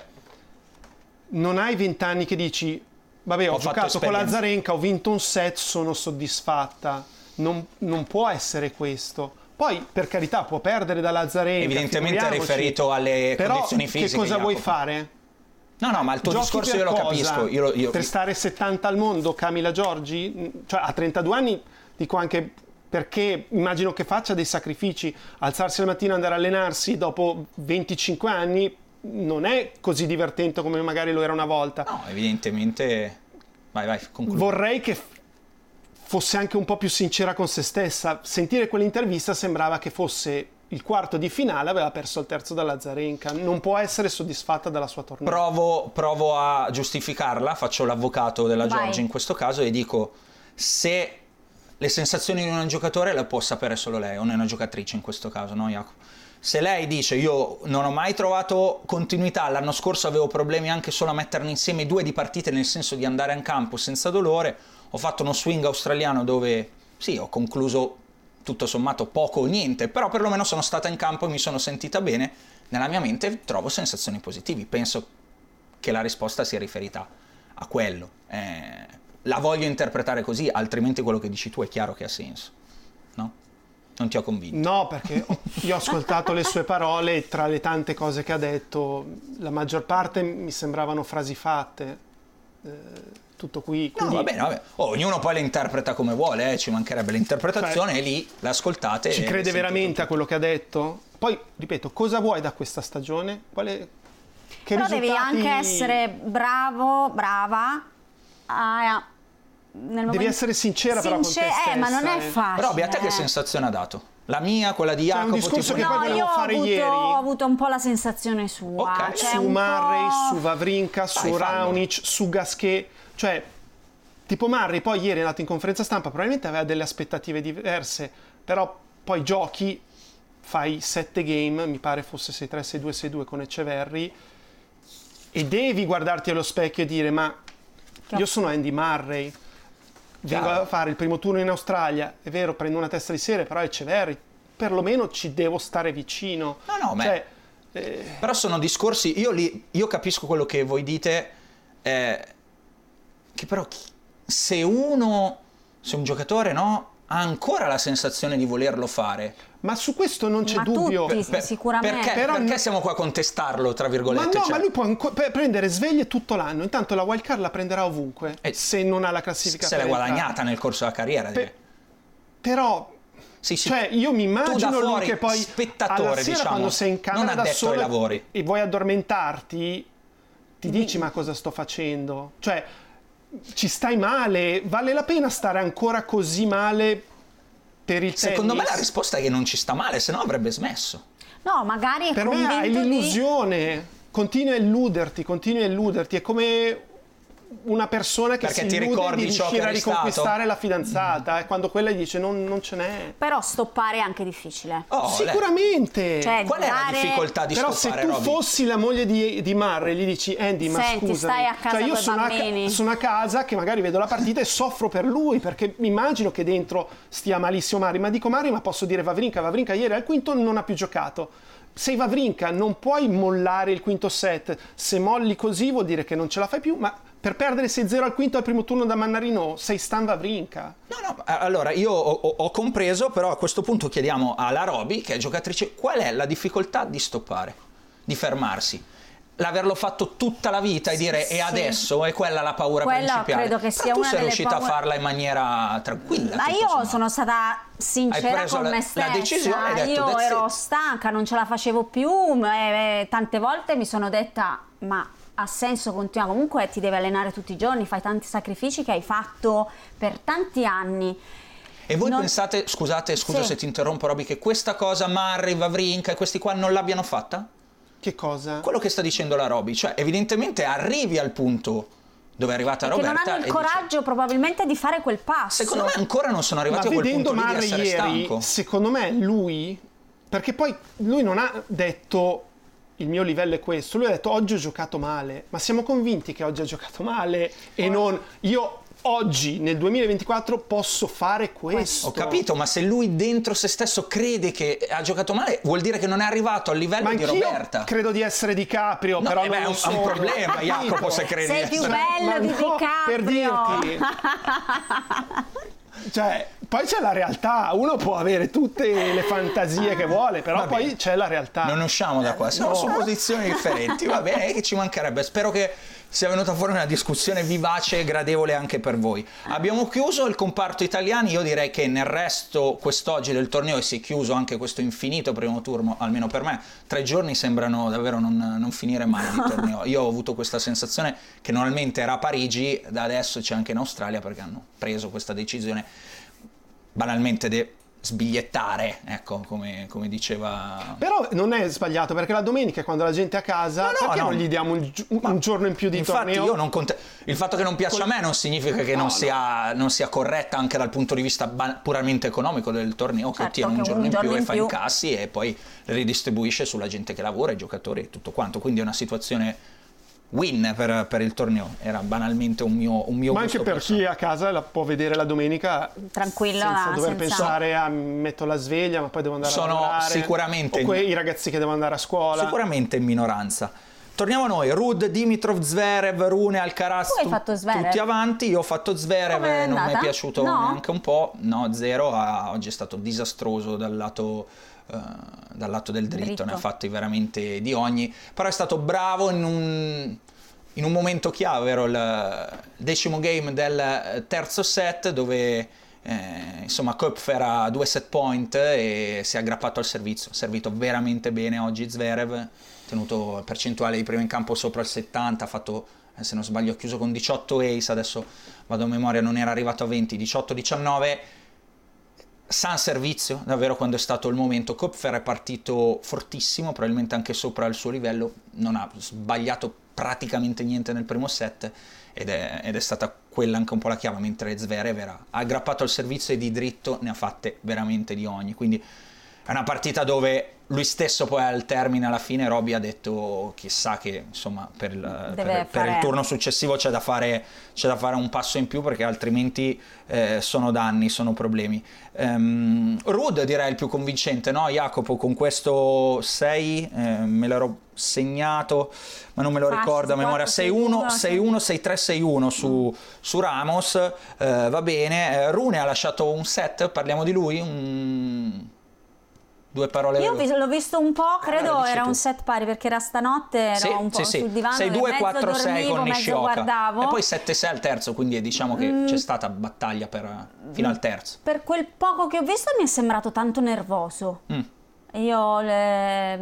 non hai vent'anni che dici vabbè, ho, ho giocato con la Azarenka, ho vinto un set, sono soddisfatta. Non, non può essere questo. Poi, per carità, può perdere dalla Azarenka, evidentemente è riferito alle però condizioni fisiche. Che cosa Jacopo. vuoi fare? No, no, ma il tuo Giochi discorso io lo cosa? capisco. Io, io... Per stare settanta al mondo, Camila Giorgi? Cioè, a trentadue anni, dico anche perché immagino che faccia dei sacrifici. Alzarsi la mattina, andare a allenarsi dopo venticinque anni non è così divertente come magari lo era una volta. No, evidentemente... Vai, vai, concludi. Vorrei che fosse anche un po' più sincera con se stessa. Sentire quell'intervista sembrava che fosse il quarto di finale, aveva perso il terzo dalla Azarenka. Non può essere soddisfatta della sua torneo. Provo, provo a giustificarla, faccio l'avvocato della Vai. Giorgi in questo caso e dico: se le sensazioni di un giocatore le può sapere solo lei, o una giocatrice in questo caso, no Jacopo? se lei dice io non ho mai trovato continuità, l'anno scorso avevo problemi anche solo a metterne insieme due di partite, nel senso di andare in campo senza dolore, ho fatto uno swing australiano dove sì, ho concluso tutto sommato poco o niente, però perlomeno sono stata in campo e mi sono sentita bene, nella mia mente trovo sensazioni positive, penso che la risposta sia riferita a quello. Eh, la voglio interpretare così, altrimenti quello che dici tu è chiaro che ha senso, no? Non ti ho convinto. No, perché io ho ascoltato le sue parole e tra le tante cose che ha detto, la maggior parte mi sembravano frasi fatte. Eh, tutto qui. Quindi... No, va bene, va bene. Oh, ognuno poi le interpreta come vuole, eh, ci mancherebbe l'interpretazione, cioè, e lì l'ascoltate. Ci crede veramente a quello che ha detto? Poi, ripeto, cosa vuoi da questa stagione? Quale... Che Però risultati... devi anche essere bravo, brava a... Nel Devi momento... essere sincera però con te stessa. Eh, ma non è facile. Però a te che eh. sensazione ha dato? La mia, quella di Jacopo? C'è un discorso tipo... che poi No, volevo io ho fare avuto, ieri. ho avuto un po' la sensazione sua. Okay. Cioè, Su un Murray, po'... su Wawrinka, su Dai, fallo. Raonic, su Gasquet. Cioè, tipo Murray poi ieri è andato in conferenza stampa, probabilmente aveva delle aspettative diverse, però poi giochi, fai sette game, mi pare fosse sei tre, sei due, sei due con Eceverri, e devi guardarti allo specchio e dire ma io sono Andy Murray, vengo a fare il primo turno in Australia, è vero, prendo una testa di serie, però Eceverri, perlomeno ci devo stare vicino. No, no, cioè, ma... eh... Però sono discorsi, io, li, io capisco quello che voi dite, eh, che però se uno, se un giocatore, no, ha ancora la sensazione di volerlo fare... Ma su questo non c'è ma dubbio. Tutti, Per- sicuramente. Perché, Però perché no- siamo qua a contestarlo, tra virgolette? Ma no, cioè... ma lui può anco- per prendere sveglie tutto l'anno. Intanto la wildcard la prenderà ovunque, Eh, se non ha la classifica. se l'è per entrare. guadagnata nel corso della carriera. direi. Pe- però, Sì, sì. cioè, io mi Tu da immagino lui fuori, che poi spettatore, alla sera diciamo, quando sei in camera non da addetto ai solo lavori. e vuoi addormentarti, ti dici ma cosa sto facendo? Cioè, ci stai male? Vale la pena stare ancora così male per il Secondo tennis? me la risposta è che non ci sta male, se no avrebbe smesso. No, magari è Per me hai convinto di... l'illusione, continui a illuderti, continui a illuderti, è come una persona che Perché si ti illude ricordi di ciò che riuscire a eri stato? riconquistare la fidanzata e quando quella gli dice non, non ce n'è. Però stoppare è anche difficile. Oh, lei- Sicuramente. Cioè, Qual è la dare- difficoltà di Però stoppare, se tu Roby? fossi la moglie di, di Murray gli dici Andy ma Senti, scusa, stai a casa cioè, io coi sono a, bambini. ca- sono a casa che magari vedo la partita e soffro per lui perché mi immagino che dentro stia malissimo Murray, ma dico Murray ma posso dire Wawrinka, Wawrinka ieri al quinto non ha più giocato. Sei Wawrinka, non puoi mollare il quinto set, se molli così vuol dire che non ce la fai più, ma per perdere sei zero al quinto al primo turno da Mannarino sei Stan Wawrinka. No, no, allora io ho, ho- ho compreso, però a questo punto chiediamo alla Roby, che è giocatrice, qual è la difficoltà di stoppare, di fermarsi? L'averlo fatto tutta la vita e dire Sì. e adesso è quella la paura Quella principale. credo che Però sia tu una sei delle riuscita paure- a farla in maniera tranquilla. Ma tutto io sommato. sono stata sincera Hai preso con la- me la stessa. decisione e hai detto, io "That's ero it." stanca, non ce la facevo più. E tante volte mi sono detta: ma ha senso continuare? Comunque ti devi allenare tutti i giorni, fai tanti sacrifici che hai fatto per tanti anni. E voi Non- pensate, scusate, scusa Sì. se ti interrompo Roby, che questa cosa Murray, Wawrinka e questi qua non l'abbiano fatta? Che cosa? Quello che sta dicendo la Roby, cioè evidentemente arrivi al punto dove è arrivata Che Roberta non hanno e il dice, coraggio probabilmente di fare quel passo. secondo me ancora non sono Ma arrivati a quel vedendo punto lì di Murray essere ieri, stanco. secondo me lui, perché poi lui non ha detto il mio livello è questo, lui ha detto oggi ho giocato male, ma siamo convinti che oggi ha giocato male e non io oggi nel duemilaventiquattro posso fare questo. Ho capito, ma se lui dentro se stesso crede che ha giocato male, vuol dire che non è arrivato al livello Ma di anch'io Roberta. credo di essere Di Caprio, No, però eh non beh, lo è un- sono. è un problema, Capito? Jacopo, se credi Sei di più essere- bello Ma di no, DiCaprio. per dirti. Cioè, poi c'è la realtà, uno può avere tutte le fantasie che vuole, però Va poi bene. c'è la realtà. Non usciamo da qua, siamo No. su posizioni differenti. Va bene, che ci mancherebbe. Spero che sia venuta fuori una discussione vivace e gradevole anche per voi. Abbiamo chiuso il comparto italiani, io direi che nel resto quest'oggi del torneo, e si è chiuso anche questo infinito primo turno, almeno per me, tre giorni sembrano davvero non, non finire mai di torneo. Io ho avuto questa sensazione che normalmente era a Parigi, da adesso c'è anche in Australia perché hanno preso questa decisione banalmente de sbigliettare, ecco, come, come diceva. Però non è sbagliato, perché la domenica quando la gente è a casa, no, no, perché no. non gli diamo un, un, un giorno in più di Infatti torneo? io non cont- il fatto che non piaccia a me non significa che no, non, no. sia, non sia corretta anche dal punto di vista ba- puramente economico del torneo, Certo, che ottiene un che giorno un in giorno più in e fa più. incassi e poi ridistribuisce sulla gente che lavora, i giocatori e tutto quanto, quindi è una situazione win per, per il torneo. Era banalmente un mio, un mio Ma anche gusto per personale. chi a casa la può vedere la domenica Tranquillo, senza no, dover senza- pensare a metto la sveglia ma poi devo andare Sono a lavorare, sicuramente- o quei ragazzi che devono andare a scuola. Sicuramente in minoranza. Torniamo a noi, Ruud, Dimitrov, Zverev, Rune, Alcaraz, Tu hai tu- fatto Zverev? tutti avanti. Io ho fatto Zverev, Com'è e non mi è andata? piaciuto No? neanche un po', no, zero. Ah, oggi è stato disastroso dal lato, eh, dal lato del dritto, Dritto. ne ha fatti veramente di ogni, però è stato bravo in un, in un momento chiave, ovvero il decimo game del terzo set, dove eh, insomma Koepfer ha due set point e si è aggrappato al servizio, ha servito veramente bene oggi Zverev, tenuto percentuale di prima in campo sopra il settanta, ha fatto, eh, se non sbaglio, ha chiuso con diciotto ace, adesso vado a memoria, non era arrivato a venti, diciotto diciannove, san servizio, davvero quando è stato il momento. Koepfer è partito fortissimo, probabilmente anche sopra il suo livello, non ha sbagliato praticamente niente nel primo set ed è, ed è stata quella anche un po' la chiave, mentre Zverev era aggrappato al servizio e di dritto ne ha fatte veramente di ogni, quindi è una partita dove lui stesso poi al termine, alla fine, Roby ha detto chissà che insomma per il, per, Deve per il fare- turno successivo c'è da fare, c'è da fare un passo in più, perché altrimenti eh, sono danni, sono problemi. Um, Ruud direi il più convincente, no Jacopo, con questo sei, eh, me l'ero segnato ma non me lo Facile, ricordo a memoria, sei uno, sei uno, sei tre, sei uno su, su Ramos, eh, va bene. eh, Rune ha lasciato un set, parliamo di lui, un... due parole. Io ho vis- l'ho visto un po', credo dici era tu. un set pari, perché era stanotte, ero Sì, un po' sì, sì. sul divano, sei e due, mezzo quattro, sei dormivo, con mezzo Nishioka guardavo. e poi sette sei al terzo, quindi diciamo che Mm. c'è stata battaglia per, fino al terzo. Per quel poco che ho visto mi è sembrato tanto nervoso. Mm. Io le-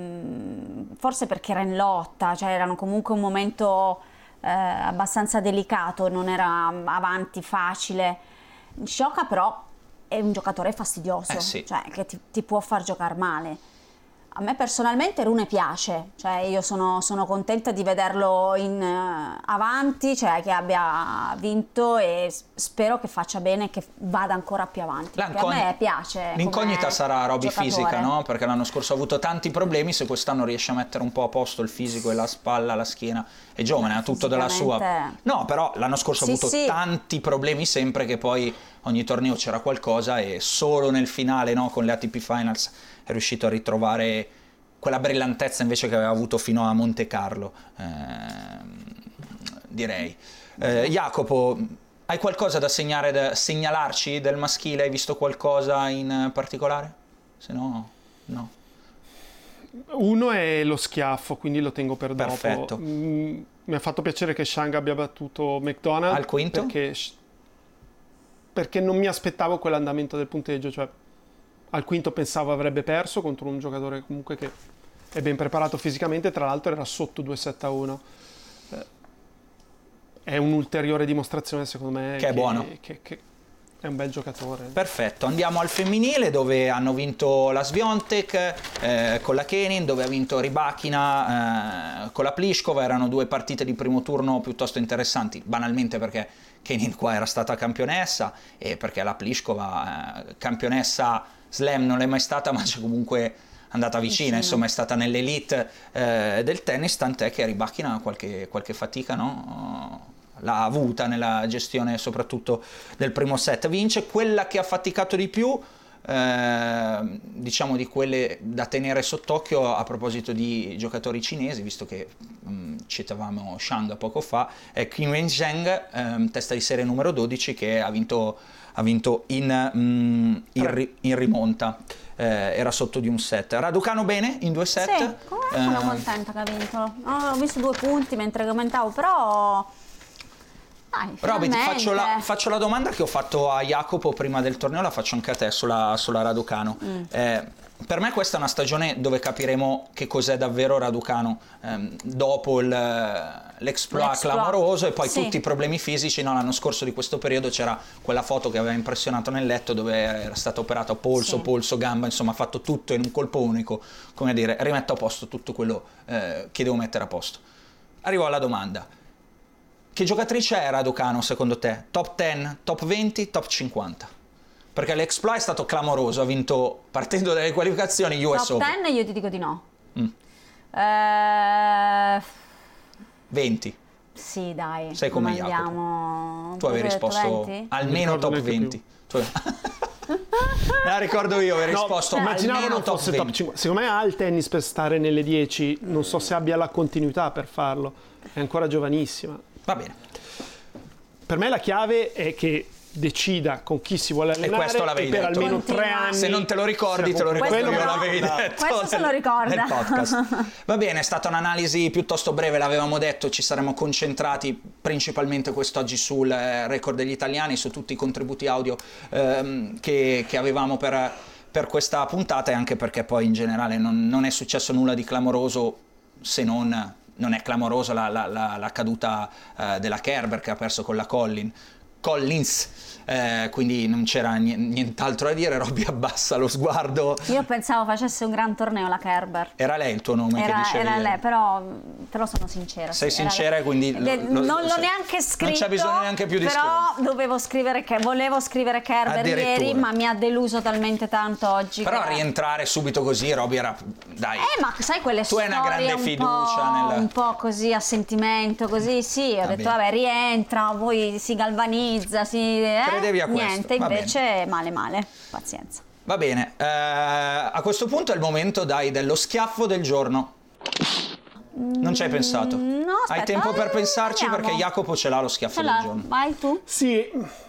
mm, forse perché era in lotta, cioè erano comunque un momento eh, abbastanza delicato, non era avanti facile. Nishioka però è un giocatore fastidioso, Eh sì. cioè che ti, ti può far giocare male. A me personalmente Rune piace, cioè io sono, sono contenta di vederlo in, eh, avanti, cioè che abbia vinto, e s- spero che faccia bene e che vada ancora più avanti. Perché a L'incogn- me piace. L'incognita come sarà Roby giocatore. fisica, no? Perché l'anno scorso ha avuto tanti problemi, se quest'anno riesce a mettere un po' a posto il fisico e la spalla, la schiena, è giovane, Eh, ha tutto della sua. fisicamente- No, però l'anno scorso Sì, ha avuto sì. tanti problemi sempre, che poi ogni torneo c'era qualcosa e solo nel finale, no, con le A T P Finals è riuscito a ritrovare quella brillantezza invece che aveva avuto fino a Monte Carlo, ehm, direi. Eh, Jacopo, hai qualcosa da, segnare, da segnalarci del maschile? Hai visto qualcosa in particolare? Se no, no. Uno è lo schiaffo, quindi lo tengo per dopo. Perfetto. Mm, mi ha fatto piacere che Shang abbia battuto McDonald. Al quinto? Perché, perché non mi aspettavo quell'andamento del punteggio. Cioè, al quinto pensavo avrebbe perso contro un giocatore comunque che è ben preparato fisicamente, tra l'altro era sotto due sette a uno. Eh, è un'ulteriore dimostrazione, secondo me, Che è buono. che- che è un bel giocatore. Perfetto, andiamo al femminile, dove hanno vinto la Swiatek eh, con la Kenin, dove ha vinto Rybakina eh, con la Pliskova. Erano due partite di primo turno piuttosto interessanti, banalmente perché Kenin qua era stata campionessa e perché la Pliskova eh, campionessa slam non l'è mai stata, ma c'è comunque andata vicina, Vicino. insomma è stata nell'elite eh, del tennis, tant'è che Rybakina qualche, qualche fatica, no? L'ha avuta nella gestione soprattutto del primo set. Vince quella che ha faticato di più, eh, diciamo di quelle da tenere sott'occhio a proposito di giocatori cinesi, visto che mh, citavamo Shang poco fa, è Qin Wenzheng, ehm, testa di serie numero dodici, che ha vinto, ha vinto in, mh, in, ri- in rimonta, eh, era sotto di un set. Raducanu bene in due set. Sì, come sono Eh, contenta che ha vinto. No, ho visto due punti mentre commentavo, però dai, Roby, ti finalmente. faccio la, faccio la domanda che ho fatto a Jacopo prima del torneo, la faccio anche a te sulla, sulla Raducanu. Mm. Eh, per me questa è una stagione dove capiremo che cos'è davvero Raducanu, ehm, dopo il, l'exploit, l'exploit clamoroso e poi sì. tutti i problemi fisici. No, l'anno scorso di questo periodo c'era quella foto che aveva impressionato nel letto, dove era stato operato polso, sì. polso, gamba, insomma ha fatto tutto in un colpo unico, come dire, rimetto a posto tutto quello eh, che devo mettere a posto. Arrivo alla domanda: che giocatrice è Raducanu secondo te? Top dieci, top venti, top cinquanta? Perché l'exploit è stato clamoroso, ha vinto partendo dalle qualificazioni U S Top Open. dieci io ti dico di no. Mm. Eh... venti. Sì, dai. Sei come Jacopo. Tu avevi risposto venti? almeno top venti. Tu... La ricordo io, avevi no, risposto immaginavo almeno non top fosse venti. top cinquanta. Secondo me ha il tennis per stare nelle dieci, non so se abbia la continuità per farlo, è ancora giovanissima. Va bene. Per me la chiave è che decida con chi si vuole allenare, e questo l'avevi e per detto. almeno Continua. tre anni. Se non te lo ricordi, te lo ricordo io, no. l'avevi detto. Questo se lo ricorda. Nel podcast. Va bene, è stata un'analisi piuttosto breve, l'avevamo detto, ci saremmo concentrati principalmente quest'oggi sul eh, record degli italiani, su tutti i contributi audio ehm, che, che avevamo per, per questa puntata, e anche perché poi in generale non, non è successo nulla di clamoroso, se non... non è clamorosa la, la, la, la caduta eh, della Kerber, che ha perso con la Collin. Collins, eh, quindi non c'era nient'altro da dire. Robby abbassa lo sguardo. Io pensavo facesse un gran torneo la Kerber. Era lei il tuo nome era, che dicevi? Era lei, però, però sono sincera. Sei sì, sincera e quindi... Lo, lo, non lo, l'ho neanche scritto, non c'è bisogno neanche più di però scrivere. dovevo scrivere, che volevo scrivere Kerber ieri, ma mi ha deluso talmente tanto oggi. Però che... rientrare subito così, Robby era... Dai. Eh, ma sai quelle tu storie hai una grande un fiducia po', nel... un po' così a sentimento, così, sì, ho Va detto bene. vabbè, rientra, poi si galvanizza, si... Eh? Credevi a questo. Niente, Va invece bene. male male, pazienza. Va bene, eh, a questo punto è il momento, dai, dello schiaffo del giorno. Non ci hai pensato? No, aspetta. Hai tempo per pensarci, Andiamo. perché Jacopo ce l'ha lo schiaffo Ce del l'ha, giorno. vai tu. Sì,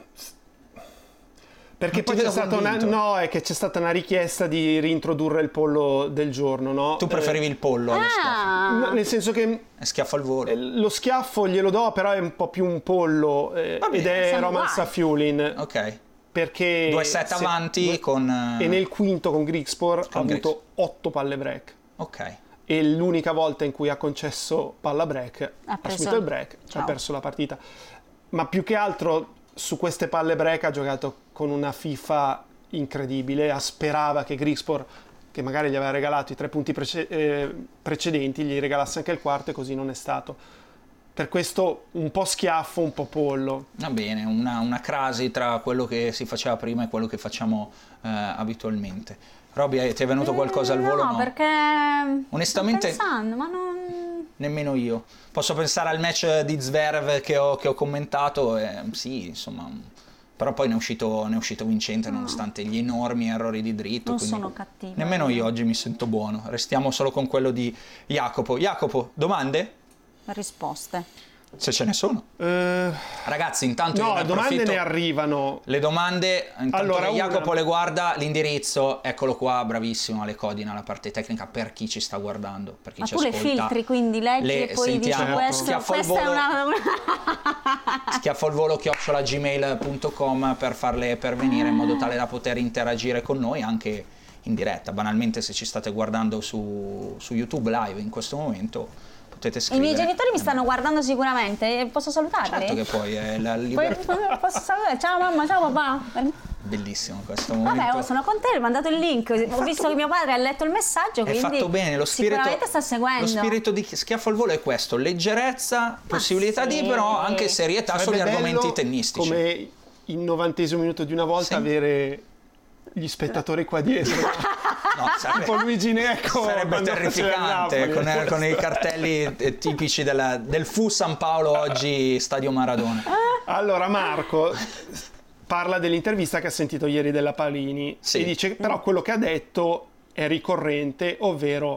perché Non ti poi c'è vedo stata una, convinto. no, è che c'è stata una richiesta di reintrodurre il pollo del giorno, no? Tu preferivi Eh, il pollo allo schiaffo? Ah, no, nel senso che È schiaffo al volo. eh, lo schiaffo glielo do, però è un po' più un pollo, eh, Va bene, ed è siamo Roman uguali. Safiulin, Ok. perché Due set se- avanti due- con... eh, e nel quinto con Grigspor ha Con avuto otto palle break. Ok. E l'unica volta in cui ha concesso palla break ha, preso- subito il break, Ciao. ha perso la partita. Ma più che altro su queste palle break ha giocato con una FIFA incredibile, sperava che Grigspor, che magari gli aveva regalato i tre punti prece- eh, precedenti, gli regalasse anche il quarto, e così non è stato. Per questo un po' schiaffo, un po' pollo. Va bene, una, una crasi tra quello che si faceva prima e quello che facciamo eh, abitualmente. Robby, eh, ti è venuto qualcosa al volo? No, No, perché Onestamente- sto pensando, ma non... nemmeno io. Posso pensare al match di Zverev che ho, che ho commentato, e, sì, insomma, però poi ne è uscito, ne è uscito vincente nonostante gli enormi errori di dritto. Non quindi sono cattiva. nemmeno io oggi mi sento buono. Restiamo solo con quello di Jacopo. Jacopo, domande? Risposte. Se ce ne sono. Eh, Ragazzi, intanto io no, ne domande approfitto. ne arrivano. Le domande, intanto Allora, che Jacopo una. le guarda, l'indirizzo, eccolo qua, bravissimo Ale Codina, la parte tecnica per chi ci sta guardando, per chi Ma ci tu le ascolta. filtri, quindi leggi Le e poi sentiamo. dici questo, Schiaffo al questa è volo. una... Schiaffo al volo chiocciola gmail punto com per farle pervenire in modo tale da poter interagire con noi anche in diretta. Banalmente, se ci state guardando su, su YouTube live in questo momento, potete I scrivere. miei genitori mi stanno guardando sicuramente, posso salutarli? Certo che poi è la Poi- libertà. posso salutare? Ciao mamma, ciao papà. Bellissimo questo momento. Vabbè, oh, sono con te, ho mandato il link, ho visto che mio padre ha letto il messaggio, È quindi fatto bene, lo spirito, sicuramente sta seguendo. lo spirito di Schiaffo al volo è questo: leggerezza, possibilità sì. di, però anche serietà Sarebbe sugli bello, argomenti tennistici. come il novantesimo minuto di una volta, Sì. avere gli spettatori qua dietro. No, sarebbe, Tipo Luigi Necco sarebbe quando faceva terrificante il con, Napoli. con i cartelli eh, tipici della- del Fu San Paolo, oggi Stadio Maradona. Allora Marco parla dell'intervista che ha sentito ieri della Palini, Sì. e dice che però quello che ha detto è ricorrente, ovvero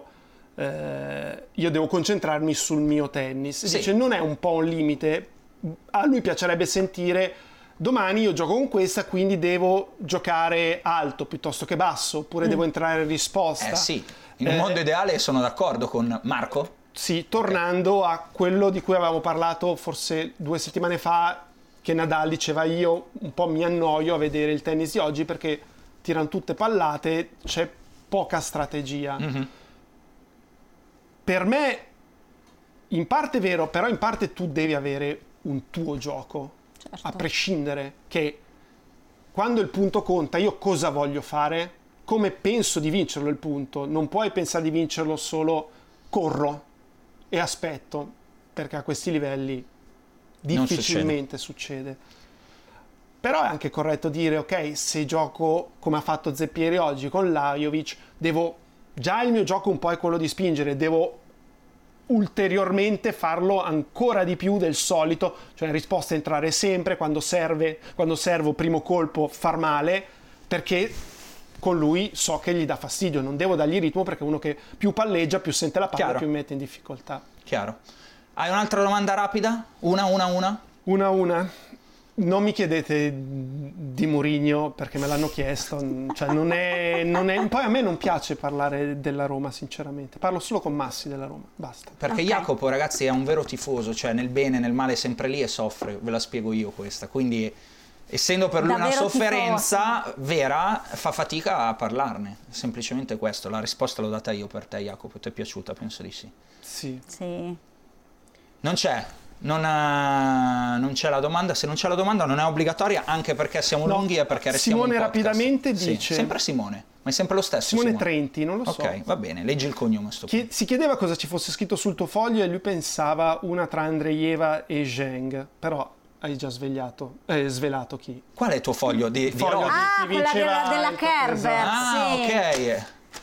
eh, io devo concentrarmi sul mio tennis. Sì. Dice non è un po' un limite, a lui piacerebbe sentire domani io gioco con questa, quindi devo giocare alto piuttosto che basso, oppure devo entrare in risposta. Eh sì, in un Eh, mondo ideale sono d'accordo con Marco. Sì, tornando a quello di cui avevamo parlato forse due settimane fa, che Nadal diceva io un po' mi annoio a vedere il tennis di oggi perché tirano tutte pallate, c'è poca strategia. Mm-hmm. Per me, in parte è vero, però in parte tu devi avere un tuo gioco, Certo. a prescindere, che quando il punto conta, io cosa voglio fare, come penso di vincerlo il punto. Non puoi pensare di vincerlo solo corro e aspetto, perché a questi livelli difficilmente succede. succede. Però è anche corretto dire, ok, se gioco come ha fatto Zeppieri oggi con Lajovic, devo, già il mio gioco un po' è quello di spingere, devo ulteriormente farlo ancora di più del solito, cioè in risposta entrare sempre, quando serve, quando servo primo colpo far male, perché con lui so che gli dà fastidio, non devo dargli ritmo, perché uno che più palleggia, più sente la palla, Chiaro. più mi mette in difficoltà. Chiaro. Hai un'altra domanda rapida? Una, una, una? Una a una. Non mi chiedete di Mourinho perché me l'hanno chiesto, cioè non è, non è... Poi a me non piace parlare della Roma, sinceramente. Parlo solo con Massi della Roma, basta. Perché Ok. Jacopo, ragazzi, è un vero tifoso, cioè nel bene e nel male è sempre lì e soffre, ve la spiego io questa. Quindi, essendo per lui una Davvero sofferenza vera, fa fatica a parlarne. Semplicemente questo. La risposta l'ho data io per te, Jacopo. Ti è piaciuta? Penso di sì. Sì. Sì. Non c'è. Non, ha- non c'è la domanda. Se non c'è la domanda non è obbligatoria, anche perché siamo No, lunghi e perché restiamo Simone in podcast. rapidamente Sì, dice- sempre Simone, ma è sempre lo stesso Simone Simone. Trenti, non lo so. Ok, va bene, leggi il cognome a sto punto. Chi- si chiedeva cosa ci fosse scritto sul tuo foglio e lui pensava una tra Andreeva e Zheng, però hai già svegliato, eh, svelato chi. Qual è il tuo foglio di, di Foglio roba? di- Ah, chi quella vinceva della, della il- Kerber, Ah, sì. ok.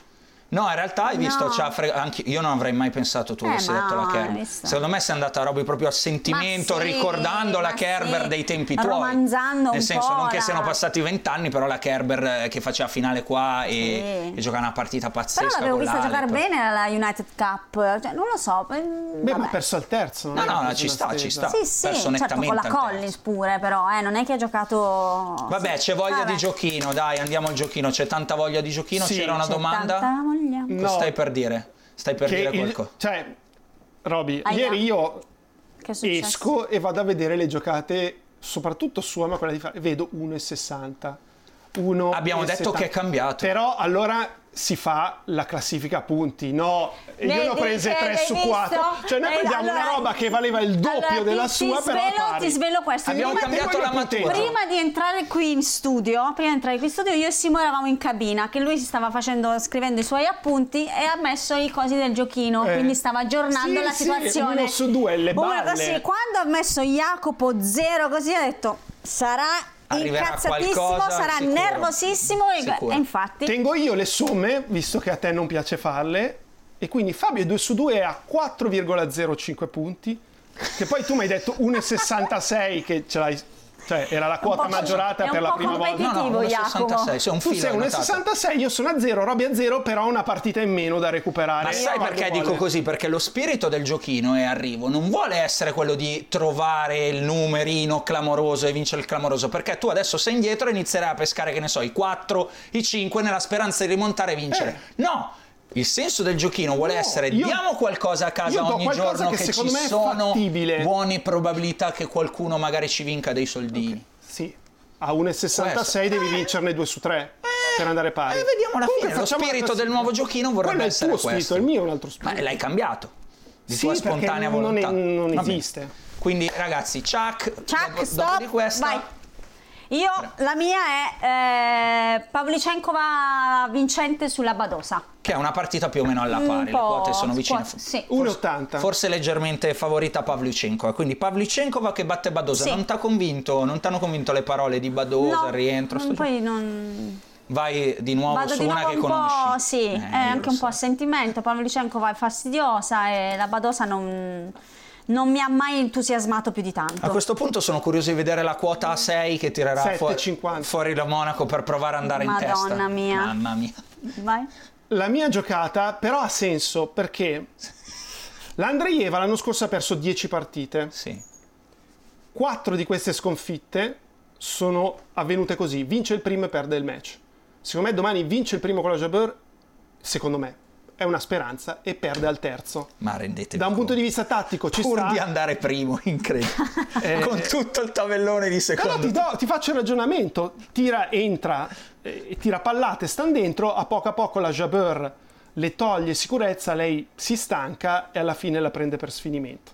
No, in realtà hai visto, No. c'ha fre- anche io non avrei mai pensato tu Eh, avessi ma detto la hai Kerber. visto? Secondo me sei andata a roba proprio a sentimento, Ma sì, ricordando la ma Kerber sì, dei tempi tuoi. romanzando Nel un senso, po' non che la- siano passati vent'anni, però la Kerber eh, che faceva finale qua e, Sì. e giocava una partita pazzesca. Però l'avevo con vista giocare l'Alep. bene alla United Cup, cioè, non lo so. Beh, vabbè. ma ha perso al terzo. non No, è no, che ha no, preso ci una sta, ci stesa. sta. Sì, sì, perso certo, con nettamente la al terzo. Collins pure, però, eh, non è che ha giocato... Vabbè, c'è voglia Vabbè. di giochino, dai, andiamo al giochino. C'è tanta voglia di giochino. Sì, C'era una C'è domanda? tanta voglia. Cosa No. stai per dire? Stai per Che dire il- qualcosa? Cioè, Roby, Aia. ieri io Che è successo? esco e vado a vedere le giocate, soprattutto sua, ma quella di fare, vedo uno e sessanta. uno Abbiamo e detto settanta. che è cambiato. Però allora si fa la classifica a punti, no? E io ne ho Vedi, prese eh, tre hai su visto? quattro. Cioè noi Eh, prendiamo allora- una roba che valeva il doppio allora, della ti- sua, ti però svelo, pari. ti svelo questo. Abbiamo Prima di- cambiato la matura. Prima di entrare qui in studio, prima di entrare qui in studio, io e Simo eravamo in cabina, che lui si stava facendo, scrivendo i suoi appunti e ha messo i cosi del giochino, Eh. quindi stava aggiornando Sì, la sì, situazione. uno su due, le Uno balle. così. Quando ha messo Jacopo zero così, ha detto sarà Arriverà incazzatissimo, qualcosa, sarà sicuro. nervosissimo e, Sicuro. e infatti... Tengo io le somme, visto che a te non piace farle, e quindi Fabio è due su due a quattro virgola zero cinque punti, che poi tu mi hai detto uno virgola sessantasei che ce l'hai, cioè era la quota po' maggiorata è un per la po' prima volta. competitivo. No, no, uno virgola Jacopo. sessantasei, sì, un Tu filo sei hai uno virgola notato. sessantasei, io sono a zero, Roby a zero, però ho una partita in meno da recuperare. Ma sai Quando perché vuole. dico così? Perché lo spirito del giochino è arrivo, non vuole essere quello di trovare il numerino clamoroso e vincere il clamoroso, perché tu adesso sei indietro e inizierai a pescare, che ne so, i quattro, i cinque nella speranza di rimontare e vincere. No! Il senso del giochino vuole No, essere io- diamo qualcosa a casa io do ogni qualcosa giorno che che, ci secondo me è sono fattibile. buone probabilità che qualcuno magari ci vinca dei soldini. Sì, a uno virgola sessantasei devi vincerne due su tre per andare pari. Eh, vediamo alla Comunque fine, lo facciamo la spirito del classifica. nuovo giochino vorrebbe Quello è il essere tuo questo. spirito, il mio è un altro Ma spirito. l'hai cambiato di Sì, tua perché spontanea non- volontà. non Va bene. esiste. Quindi ragazzi, Chuck, Chuck, dopo, stop, dopo di questa vai. Io, la mia è eh, Pavlyuchenkova vincente sulla Badosa. che è una partita più o meno alla Un pari, le po' quote sono vicine. squat- sì. uno virgola ottanta. Forse leggermente favorita Pavlyuchenkova, quindi Pavlyuchenkova che batte Badosa. Sì. Non t'ha convinto, non t'hanno convinto le parole di Badosa, No, il rientro? sto poi non... Vai di nuovo Vado su di una nuovo che un conosci. po', sì, Eh, è io anche lo un so. po' a sentimento. Pavlyuchenkova è fastidiosa e la Badosa non, non mi ha mai entusiasmato più di tanto. A questo punto sono curioso di vedere la quota A sei che tirerà sette fuori, cinquanta. fuori la Monaco per provare ad andare in testa. Madonna mia. Mamma mia. Vai. La mia giocata però ha senso perché l'Andreeva l'anno scorso ha perso dieci partite. Sì. Quattro di queste sconfitte sono avvenute così. Vince il primo e perde il match. Secondo me domani vince il primo con la Jabeur, secondo me. è una speranza e perde al terzo. Ma rendetevi da un conto. punto di vista tattico ci pur sta di andare primo, incredibile, eh, con tutto il tabellone di secondo. no, ti, do, ti faccio il ragionamento, tira, entra eh, tira pallate, stanno dentro, a poco a poco la Jabeur le toglie sicurezza, lei si stanca e alla fine la prende per sfinimento.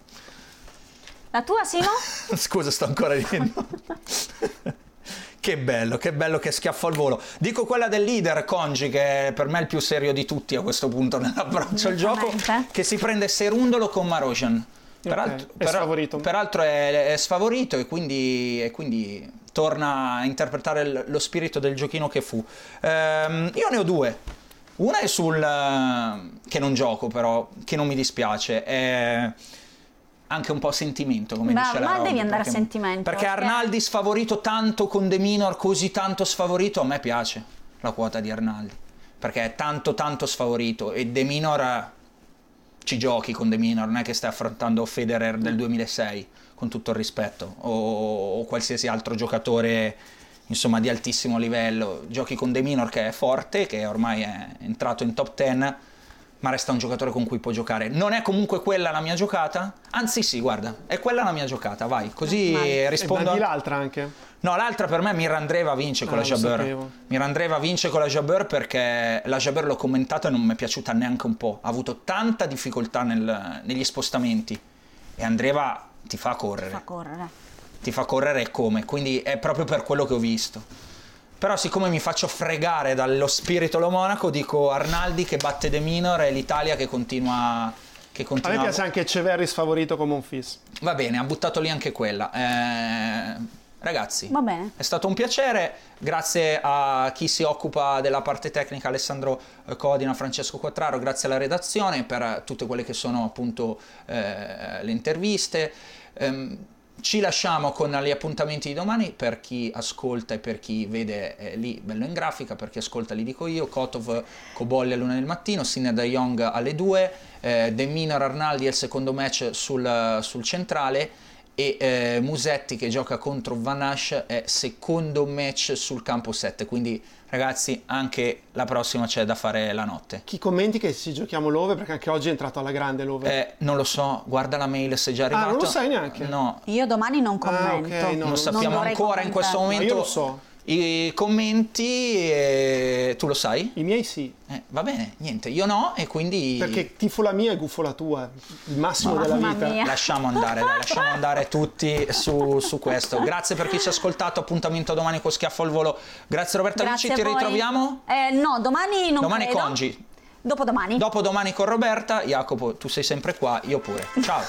La tua, Simo? Scusa, sto ancora ridendo. Che bello, che bello che schiaffo al volo. Dico quella del leader, Congi, che è per me il più serio di tutti a questo punto nell'approccio al gioco, che si prende Serundolo con Marozsan. Peraltro, okay, è sfavorito. Peraltro è, è sfavorito e quindi, e quindi torna a interpretare l- lo spirito del giochino che fu. Ehm, io ne ho due. Una è sul... che non gioco però, che non mi dispiace, è... anche un po' sentimento, come ma, dice la ma Robby, devi andare perché, a sentimento perché perché... Arnaldi sfavorito tanto con De Minor, così tanto sfavorito, a me piace la quota di Arnaldi, perché è tanto tanto sfavorito e De Minor ci giochi con De Minor, non è che stai affrontando Federer del duemilasei, con tutto il rispetto, o, o qualsiasi altro giocatore insomma di altissimo livello. Giochi con De Minor che è forte, che ormai è entrato in top dieci, ma resta un giocatore con cui può giocare. Non è comunque quella la mia giocata? Anzi sì, guarda, è quella la mia giocata, vai, così Ma rispondo. E l'altra anche? No, l'altra per me Mirandreva vince con ah, la Jabeur. Mirandreva vince con la Jabeur perché la Jabeur l'ho commentata e non mi è piaciuta neanche un po'. Ha avuto tanta difficoltà nel, negli spostamenti e Andreva ti fa correre. Ti fa correre. Ti fa correre come, quindi è proprio per quello che ho visto. Però siccome mi faccio fregare dallo spirito lo Monaco, dico Arnaldi che batte De Minor e l'Italia che continua, che continua... A me piace anche Ceverri sfavorito come un Monfils. Va bene, ha buttato lì anche quella. Eh, ragazzi, va bene. È stato un piacere, grazie a chi si occupa della parte tecnica, Alessandro Codina, Francesco Quattraro, grazie alla redazione per tutte quelle che sono appunto eh, le interviste. Eh, Ci lasciamo con gli appuntamenti di domani per chi ascolta e per chi vede eh, lì bello in grafica, per chi ascolta li dico io: Kotov Cobolli all'una del mattino, Sinner da Young alle due, eh, De Minor Arnaldi è il secondo match sul, sul centrale e eh, Musetti che gioca contro Van Asch è secondo match sul campo sette, quindi ragazzi anche la prossima c'è da fare la notte. Chi commenti che ci giochiamo l'over, perché anche oggi è entrato alla grande l'over? Eh, non lo so, guarda la mail se è già arrivato. Ah, non lo sai neanche? No. Io domani non commento. Ah, okay, no, non sappiamo non ancora in questo momento. Ma io lo so. I commenti, eh, tu lo sai? I miei sì. Eh, va bene, niente, io no e quindi... Perché tifo la mia e gufo la tua, il massimo Mamma della vita. mia. Lasciamo andare, dai, lasciamo andare tutti su, su questo. Grazie per chi ci ha ascoltato, appuntamento domani con Schiaffo al Volo. Grazie Roberta Grazie Vinci, ti a voi. ritroviamo? Eh, no, domani non Domani credo. Congi. Dopodomani. Dopodomani con Roberta. Jacopo, tu sei sempre qua, io pure. Ciao.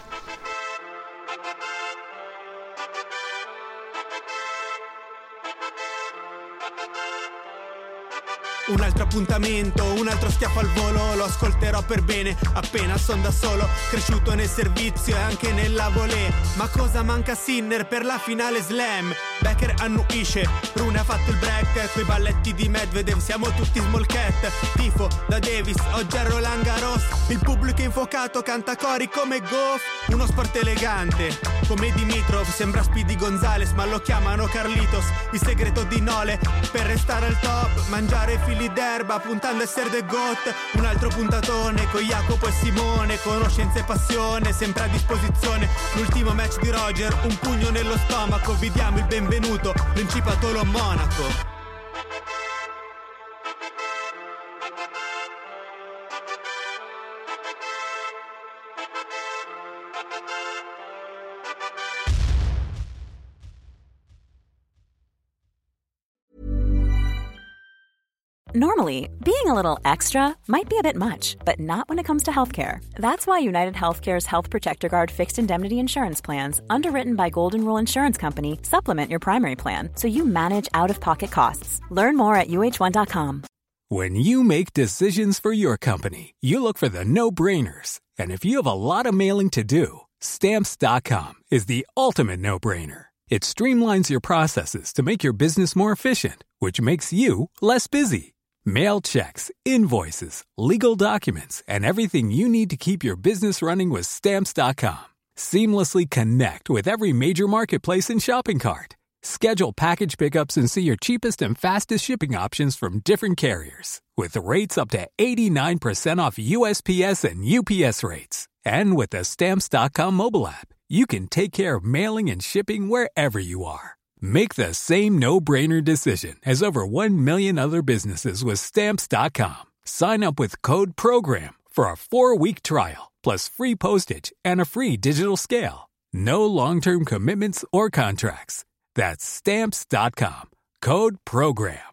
Un altro appuntamento, un altro schiaffo al volo, lo ascolterò per bene, appena son da solo, cresciuto nel servizio e anche nella volée. Ma cosa manca a Sinner per la finale slam? Becker annuisce, Rune ha fatto il break, coi balletti di Medvedev siamo tutti small cat. Tifo da Davis, oggi a Roland Garros, il pubblico infuocato canta cori come Goff. Uno sport elegante, come Dimitrov, sembra Speedy Gonzales ma lo chiamano Carlitos. Il segreto di Nole, per restare al top, mangiare fili d'erba puntando a essere the goat. Un altro puntatone con Jacopo e Simone, conoscenza e passione sempre a disposizione. L'ultimo match di Roger, un pugno nello stomaco, vi diamo il benvenuto, Principato lo Monaco. Normally, being a little extra might be a bit much, but not when it comes to healthcare. That's why United Healthcare's Health Protector Guard fixed indemnity insurance plans, underwritten by Golden Rule Insurance Company, supplement your primary plan so you manage out-of-pocket costs. Learn more at U H one dot com. When you make decisions for your company, you look for the no-brainers. And if you have a lot of mailing to do, Stamps dot com is the ultimate no-brainer. It streamlines your processes to make your business more efficient, which makes you less busy. Mail checks, invoices, legal documents, and everything you need to keep your business running with Stamps dot com. Seamlessly connect with every major marketplace and shopping cart. Schedule package pickups and see your cheapest and fastest shipping options from different carriers, with rates up to eighty-nine percent off U S P S and U P S rates. And with the Stamps dot com mobile app, you can take care of mailing and shipping wherever you are. Make the same no-brainer decision as over one million other businesses with Stamps dot com. Sign up with code PROGRAM for a four-week trial, plus free postage and a free digital scale. No long-term commitments or contracts. That's Stamps dot com. Code PROGRAM.